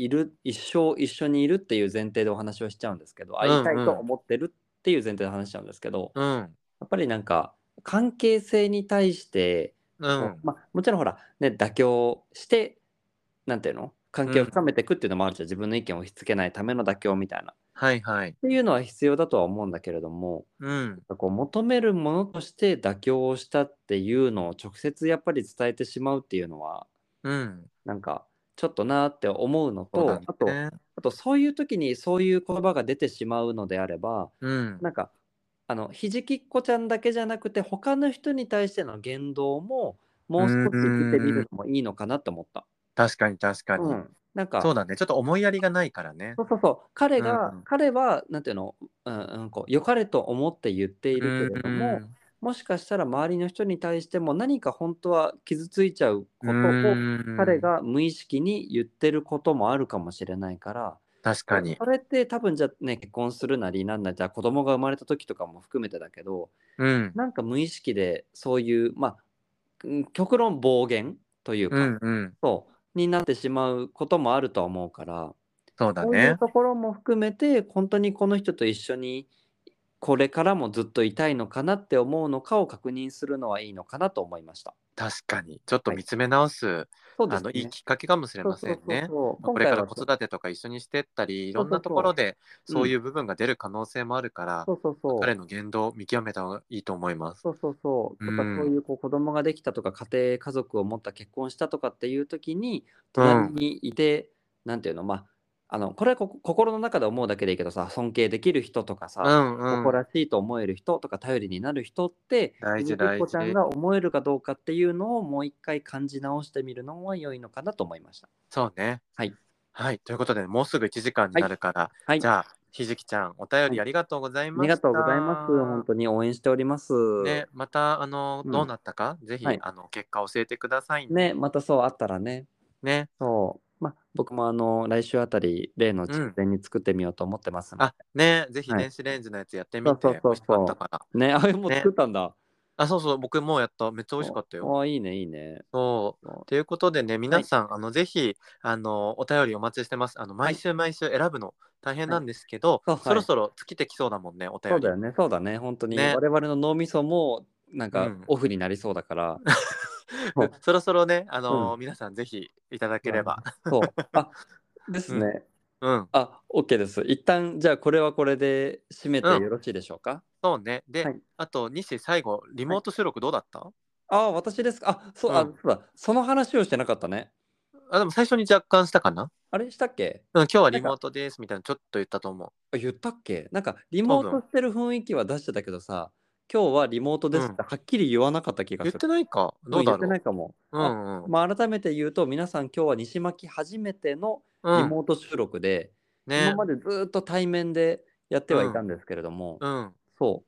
S2: いる、一生一緒にいるっていう前提でお話をしちゃうんですけど、
S1: う
S2: 会いたいと
S1: んうん。
S2: 思ってるっていう前提で話しちゃうんですけど、
S1: うん。
S2: やっぱりなんか関係性に対して
S1: う。
S2: こうんまあもちろんほらね妥協してなんていうの関係を
S1: うん。
S2: 深めていくっていうのもあるじゃん、自分の意見を押し付けないための妥協みたいなっ
S1: はいはい。
S2: ていうのは必要だとは思うんだけれども、
S1: うん。
S2: こう求めるものとして妥協をしたっていうのを直接やっぱり伝えてしまうっていうのは
S1: うん。
S2: なんかちょっとなーって思うの
S1: そうだ
S2: と、あと
S1: ね。
S2: あとそういう時にそういう言葉が出てしまうのであれば、
S1: うん。
S2: なんかあのひじきっこちゃんだけじゃなくて他の人に対しての言動も
S1: う
S2: もう少し見てみ
S1: ーん。
S2: るのもいいのかなと思った。
S1: 確かに確かに。
S2: うん。なんか
S1: そうだね。ちょっと思いやりがないからね。
S2: そうそうそう。彼
S1: うん。
S2: が彼はなんていうの、うんうん、こう良かれと思って言っているけ
S1: う
S2: れども、
S1: ーん。
S2: もしかしたら周りの人に対しても何か本当は傷ついちゃう
S1: う
S2: ことを彼
S1: ーん。
S2: が無意識に言ってることもあるかもしれないから、そう
S1: 確かに。
S2: それって多分じゃあね、結婚するなりなんなり、じゃあ子供が生まれた時とかも含めてだけど、
S1: うん。
S2: なんか無意識でそういう、まあ、うん極論暴言という
S1: う
S2: か、
S1: んうん。
S2: そうになってしまうこともあるとは思うから、
S1: そうだ
S2: そういう
S1: ね。
S2: ところも含めて、本当にこの人と一緒にこれからもずっといたいのかなって思うのかを確認するのはいいのかなと思いました。
S1: 確かに。ちょっと
S2: はい。
S1: 見つめ直す、あの、いい
S2: そうですね。
S1: きっかけかもしれま
S2: そうそう
S1: せんね。
S2: そうそう。
S1: まあ、これから
S2: 今回はそう
S1: 子育てとか一緒にしてったり、い
S2: そ
S1: ろんなとこ
S2: うそうそ
S1: ろで
S2: う。うん。
S1: そういう部分が出る可能性もあるから、
S2: そうそう
S1: ま、彼
S2: そう。
S1: の言動を見極めた方がいいと思います。
S2: そうそうそう。
S1: う
S2: とかそう
S1: ん。
S2: いうこう子供ができたとか、家庭家族を持った結婚したとかっていう時に、
S1: うん。
S2: 隣にいて、なんていうの、ま、あの、これはこ心の中で思うだけでいいけどさ、尊敬できる人とか
S1: う
S2: さ、
S1: んうん。
S2: 誇らしいと思える人とか頼りになる人って、
S1: 大事
S2: ひじきっこちゃん
S1: 大事。
S2: が思えるかどうかっていうのをもう一回感じ直してみるのも良いのかなと思いました。
S1: そうね。
S2: はい。
S1: はい、ということで、もうすぐいちじかんに
S2: はい。
S1: なるから、
S2: はい。
S1: じゃあ、ひじきちゃん、お便
S2: はい。
S1: りありがとうございまし
S2: ありがとうございます。本
S1: た。
S2: 当に応援しております。
S1: ね、また、あの、どう
S2: うん。
S1: なったか、ぜひ、
S2: はい。
S1: あの、結果教えてください
S2: ね、
S1: ね。
S2: またそうあったらね。
S1: ね。
S2: そう。ま、僕もあの、来週あたり、例の
S1: うん。
S2: 筑前煮作ってみようと思ってますの
S1: あ、ね、ぜひ
S2: はい。
S1: 電子レンジのやつやってみて、美
S2: そうそうそう
S1: 味しかった
S2: そ
S1: から。
S2: う。ね、あれもう
S1: ね。
S2: 作ったんだ。
S1: あ、そうそう、僕もうやった。めっちゃ美味しか
S2: お
S1: ったよ。
S2: お、いいねいいね。
S1: そう。
S2: そ
S1: ということでね、
S2: う。はい。
S1: 皆さん、あの、ぜひ、あの、お便りお待ちしてます。あの、毎
S2: はい。
S1: 週毎週選ぶの大変
S2: はい。
S1: なんですけど、
S2: そう、はい。
S1: そろそろ尽きてきそうだもんね、お便り。
S2: そうだよねそうだね、ほんとに
S1: ね。
S2: 我々の脳みそも、なんか
S1: うん。
S2: オフになりそうだから、そ
S1: そろそろね、あ
S2: う。うん。
S1: の、皆さんぜひいただ
S2: そうだね。
S1: ければ。
S2: そう。あ、で
S1: うん。
S2: すね。
S1: うん。
S2: あ、オッケーです。一旦じゃあこれはこれで締め
S1: うん。
S2: てよろしいでしょうか？
S1: そうね。で、
S2: はい。
S1: あと、西最後、リ
S2: はい。
S1: モート収録どうだった？
S2: ああ、私ですか。あ、そう、あ、
S1: うん。
S2: そうだ、その話をしてなかったね。
S1: あ、でも最初に若干したかな？
S2: あれ、したっけ？
S1: うん、今日は
S2: なんか、
S1: リモートですみたいなちょっと言ったと思う。
S2: あ、言ったっけ？なんかリ
S1: 多分。
S2: モートしてる雰囲気は出してたけどさ、今日はリモートですっ
S1: うん。
S2: てはっきり言わなかった気が
S1: 言っ
S2: する。
S1: てないか、
S2: うん、言っ
S1: どうだろ
S2: てないかも。
S1: う。う
S2: あ、
S1: んうん。
S2: まあ、改めて言うと、皆さん今日は西巻初めての
S1: うん。
S2: リモート収録で、今
S1: ね。
S2: までずっと対面でやって
S1: うん。
S2: はいたんですけれども、
S1: うん。
S2: そう、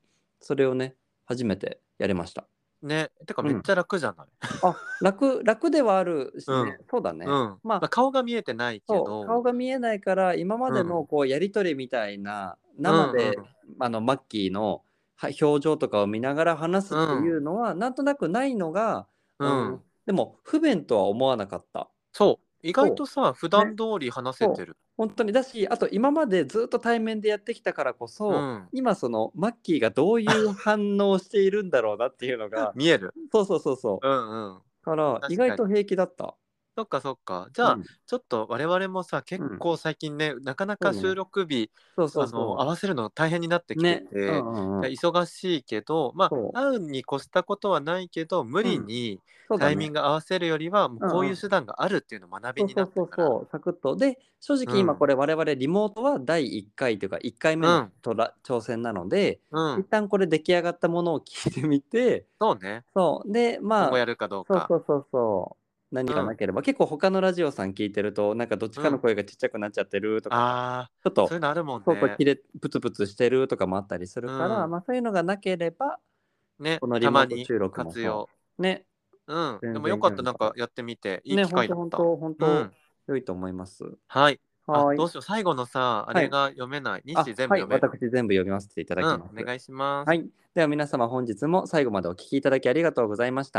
S2: それをね、初めてやりました。
S1: ね。てか
S2: うん。
S1: めっちゃ楽じゃない？
S2: あ、楽楽ではあるしね、
S1: うん。
S2: そうだ
S1: う
S2: ね。
S1: ん。ま、
S2: まあ、
S1: 顔が見えてないけ
S2: そう、顔
S1: ど、
S2: が見えないから、今までの
S1: うん。
S2: こうやり取りみたいな、
S1: うんうん。
S2: 生で、あの、マッキーの、は表情とかを見ながら話すっていう
S1: うん。
S2: のは、なんとなくないのが、
S1: う
S2: うん、
S1: ん。
S2: でも不便とは思わなかった。
S1: そう、意外
S2: そ
S1: とさ、普
S2: う、ね、
S1: 段通り話せて
S2: そう、
S1: る。
S2: ほんとに。だし、あと今までずっと対面でやってきたからこそ、
S1: うん。
S2: 今そのマッキーがどういう反応をしているんだろうなっていうのが
S1: 見える。
S2: そうそうそうそ
S1: うんうん。
S2: う。から、意
S1: 確かに。
S2: 外と平気だった。
S1: そっかそっか。じゃあ、
S2: うん、
S1: ちょっと我々もさ、結
S2: うん。
S1: 構最近ね、なかな
S2: そうね。
S1: か収録日、
S2: そうそ
S1: あの、
S2: うそ
S1: 合わせるの大変になって
S2: う。
S1: きて
S2: ね。う
S1: て、
S2: んうんうん。
S1: 忙しいけど、ま
S2: そ
S1: あ、会うに越したことはないけど、無
S2: う。うん。
S1: 理にタイミン
S2: そうだね。
S1: グ合わせるよりは、もう
S2: うんうん。
S1: こういう手段があるっていうの学びにな
S2: そうそう
S1: ったから。
S2: そうそう、サクッと。で、正直今こ
S1: うん。
S2: れ我々リモートはだいいっかいというかいっかいめの
S1: うん。
S2: とら挑戦なので、
S1: うん。
S2: 一旦これ出来上がったものを聞いてみて、
S1: そうね。
S2: そう、で、まあ、
S1: 今後やるかどうか。
S2: そうそうそうそう、何
S1: うん。
S2: かなければ、結構他のラジオさん聞いてると、なんかどっちかの
S1: うん。
S2: 声がちっちゃくなっちゃってるとかさ、
S1: ああ、
S2: ちょっと
S1: そういうのあるもんね。
S2: 外切れプツプツしてるとかもあったりするから、
S1: うん。
S2: ま、そういうのがなければ、
S1: ね、
S2: このリ
S1: たまに
S2: モート収録もそ
S1: 活用。
S2: う、ね、
S1: うん。で
S2: 全然
S1: もよかった、
S2: やるのかな。
S1: なんかやってみて、いい
S2: ね、
S1: 機
S2: ほん
S1: 会だった。
S2: とほんとほんと
S1: うん。
S2: 良いと思います。
S1: はい。あ、
S2: はーい。
S1: どうしよう、最後のさ、あ
S2: はい。
S1: れが読めない。日誌
S2: あ、はい、
S1: 全部読める？
S2: 私全部読みませていただ
S1: うん、
S2: きます。
S1: お願いします。
S2: はい。では皆様本日も最後までお聞きいただきありがとうございました。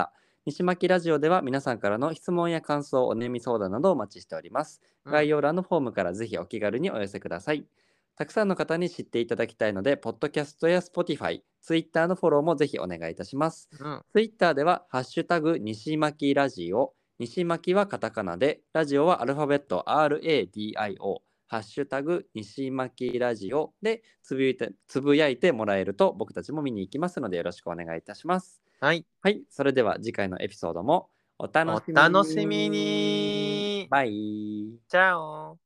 S2: 西巻ラジオでは皆さんからの質問や感想、お悩み相談などをお待ちしております。
S1: うん
S2: 概要欄のフォームからぜひお気軽にお寄せください。たくさんの方に知っていただきたいので、ポッドキャストや Spotify、Twitter のフォローもぜひお願いいたします。
S1: うん
S2: Twitter では、ハッシュタグ西巻ラジオ、西巻はカタカナで、ラジオはアルファベット アールエーディーアイオー、ハッシュタグ西巻ラジオでつぶやいて、つぶやいてもらえると僕たちも見に行きますのでよろしくお願いいたします。
S1: はい。
S2: はい、それでは次回のエピソードもお楽
S1: お
S2: しみに。
S1: 楽しみに。
S2: バイ。
S1: チャオ。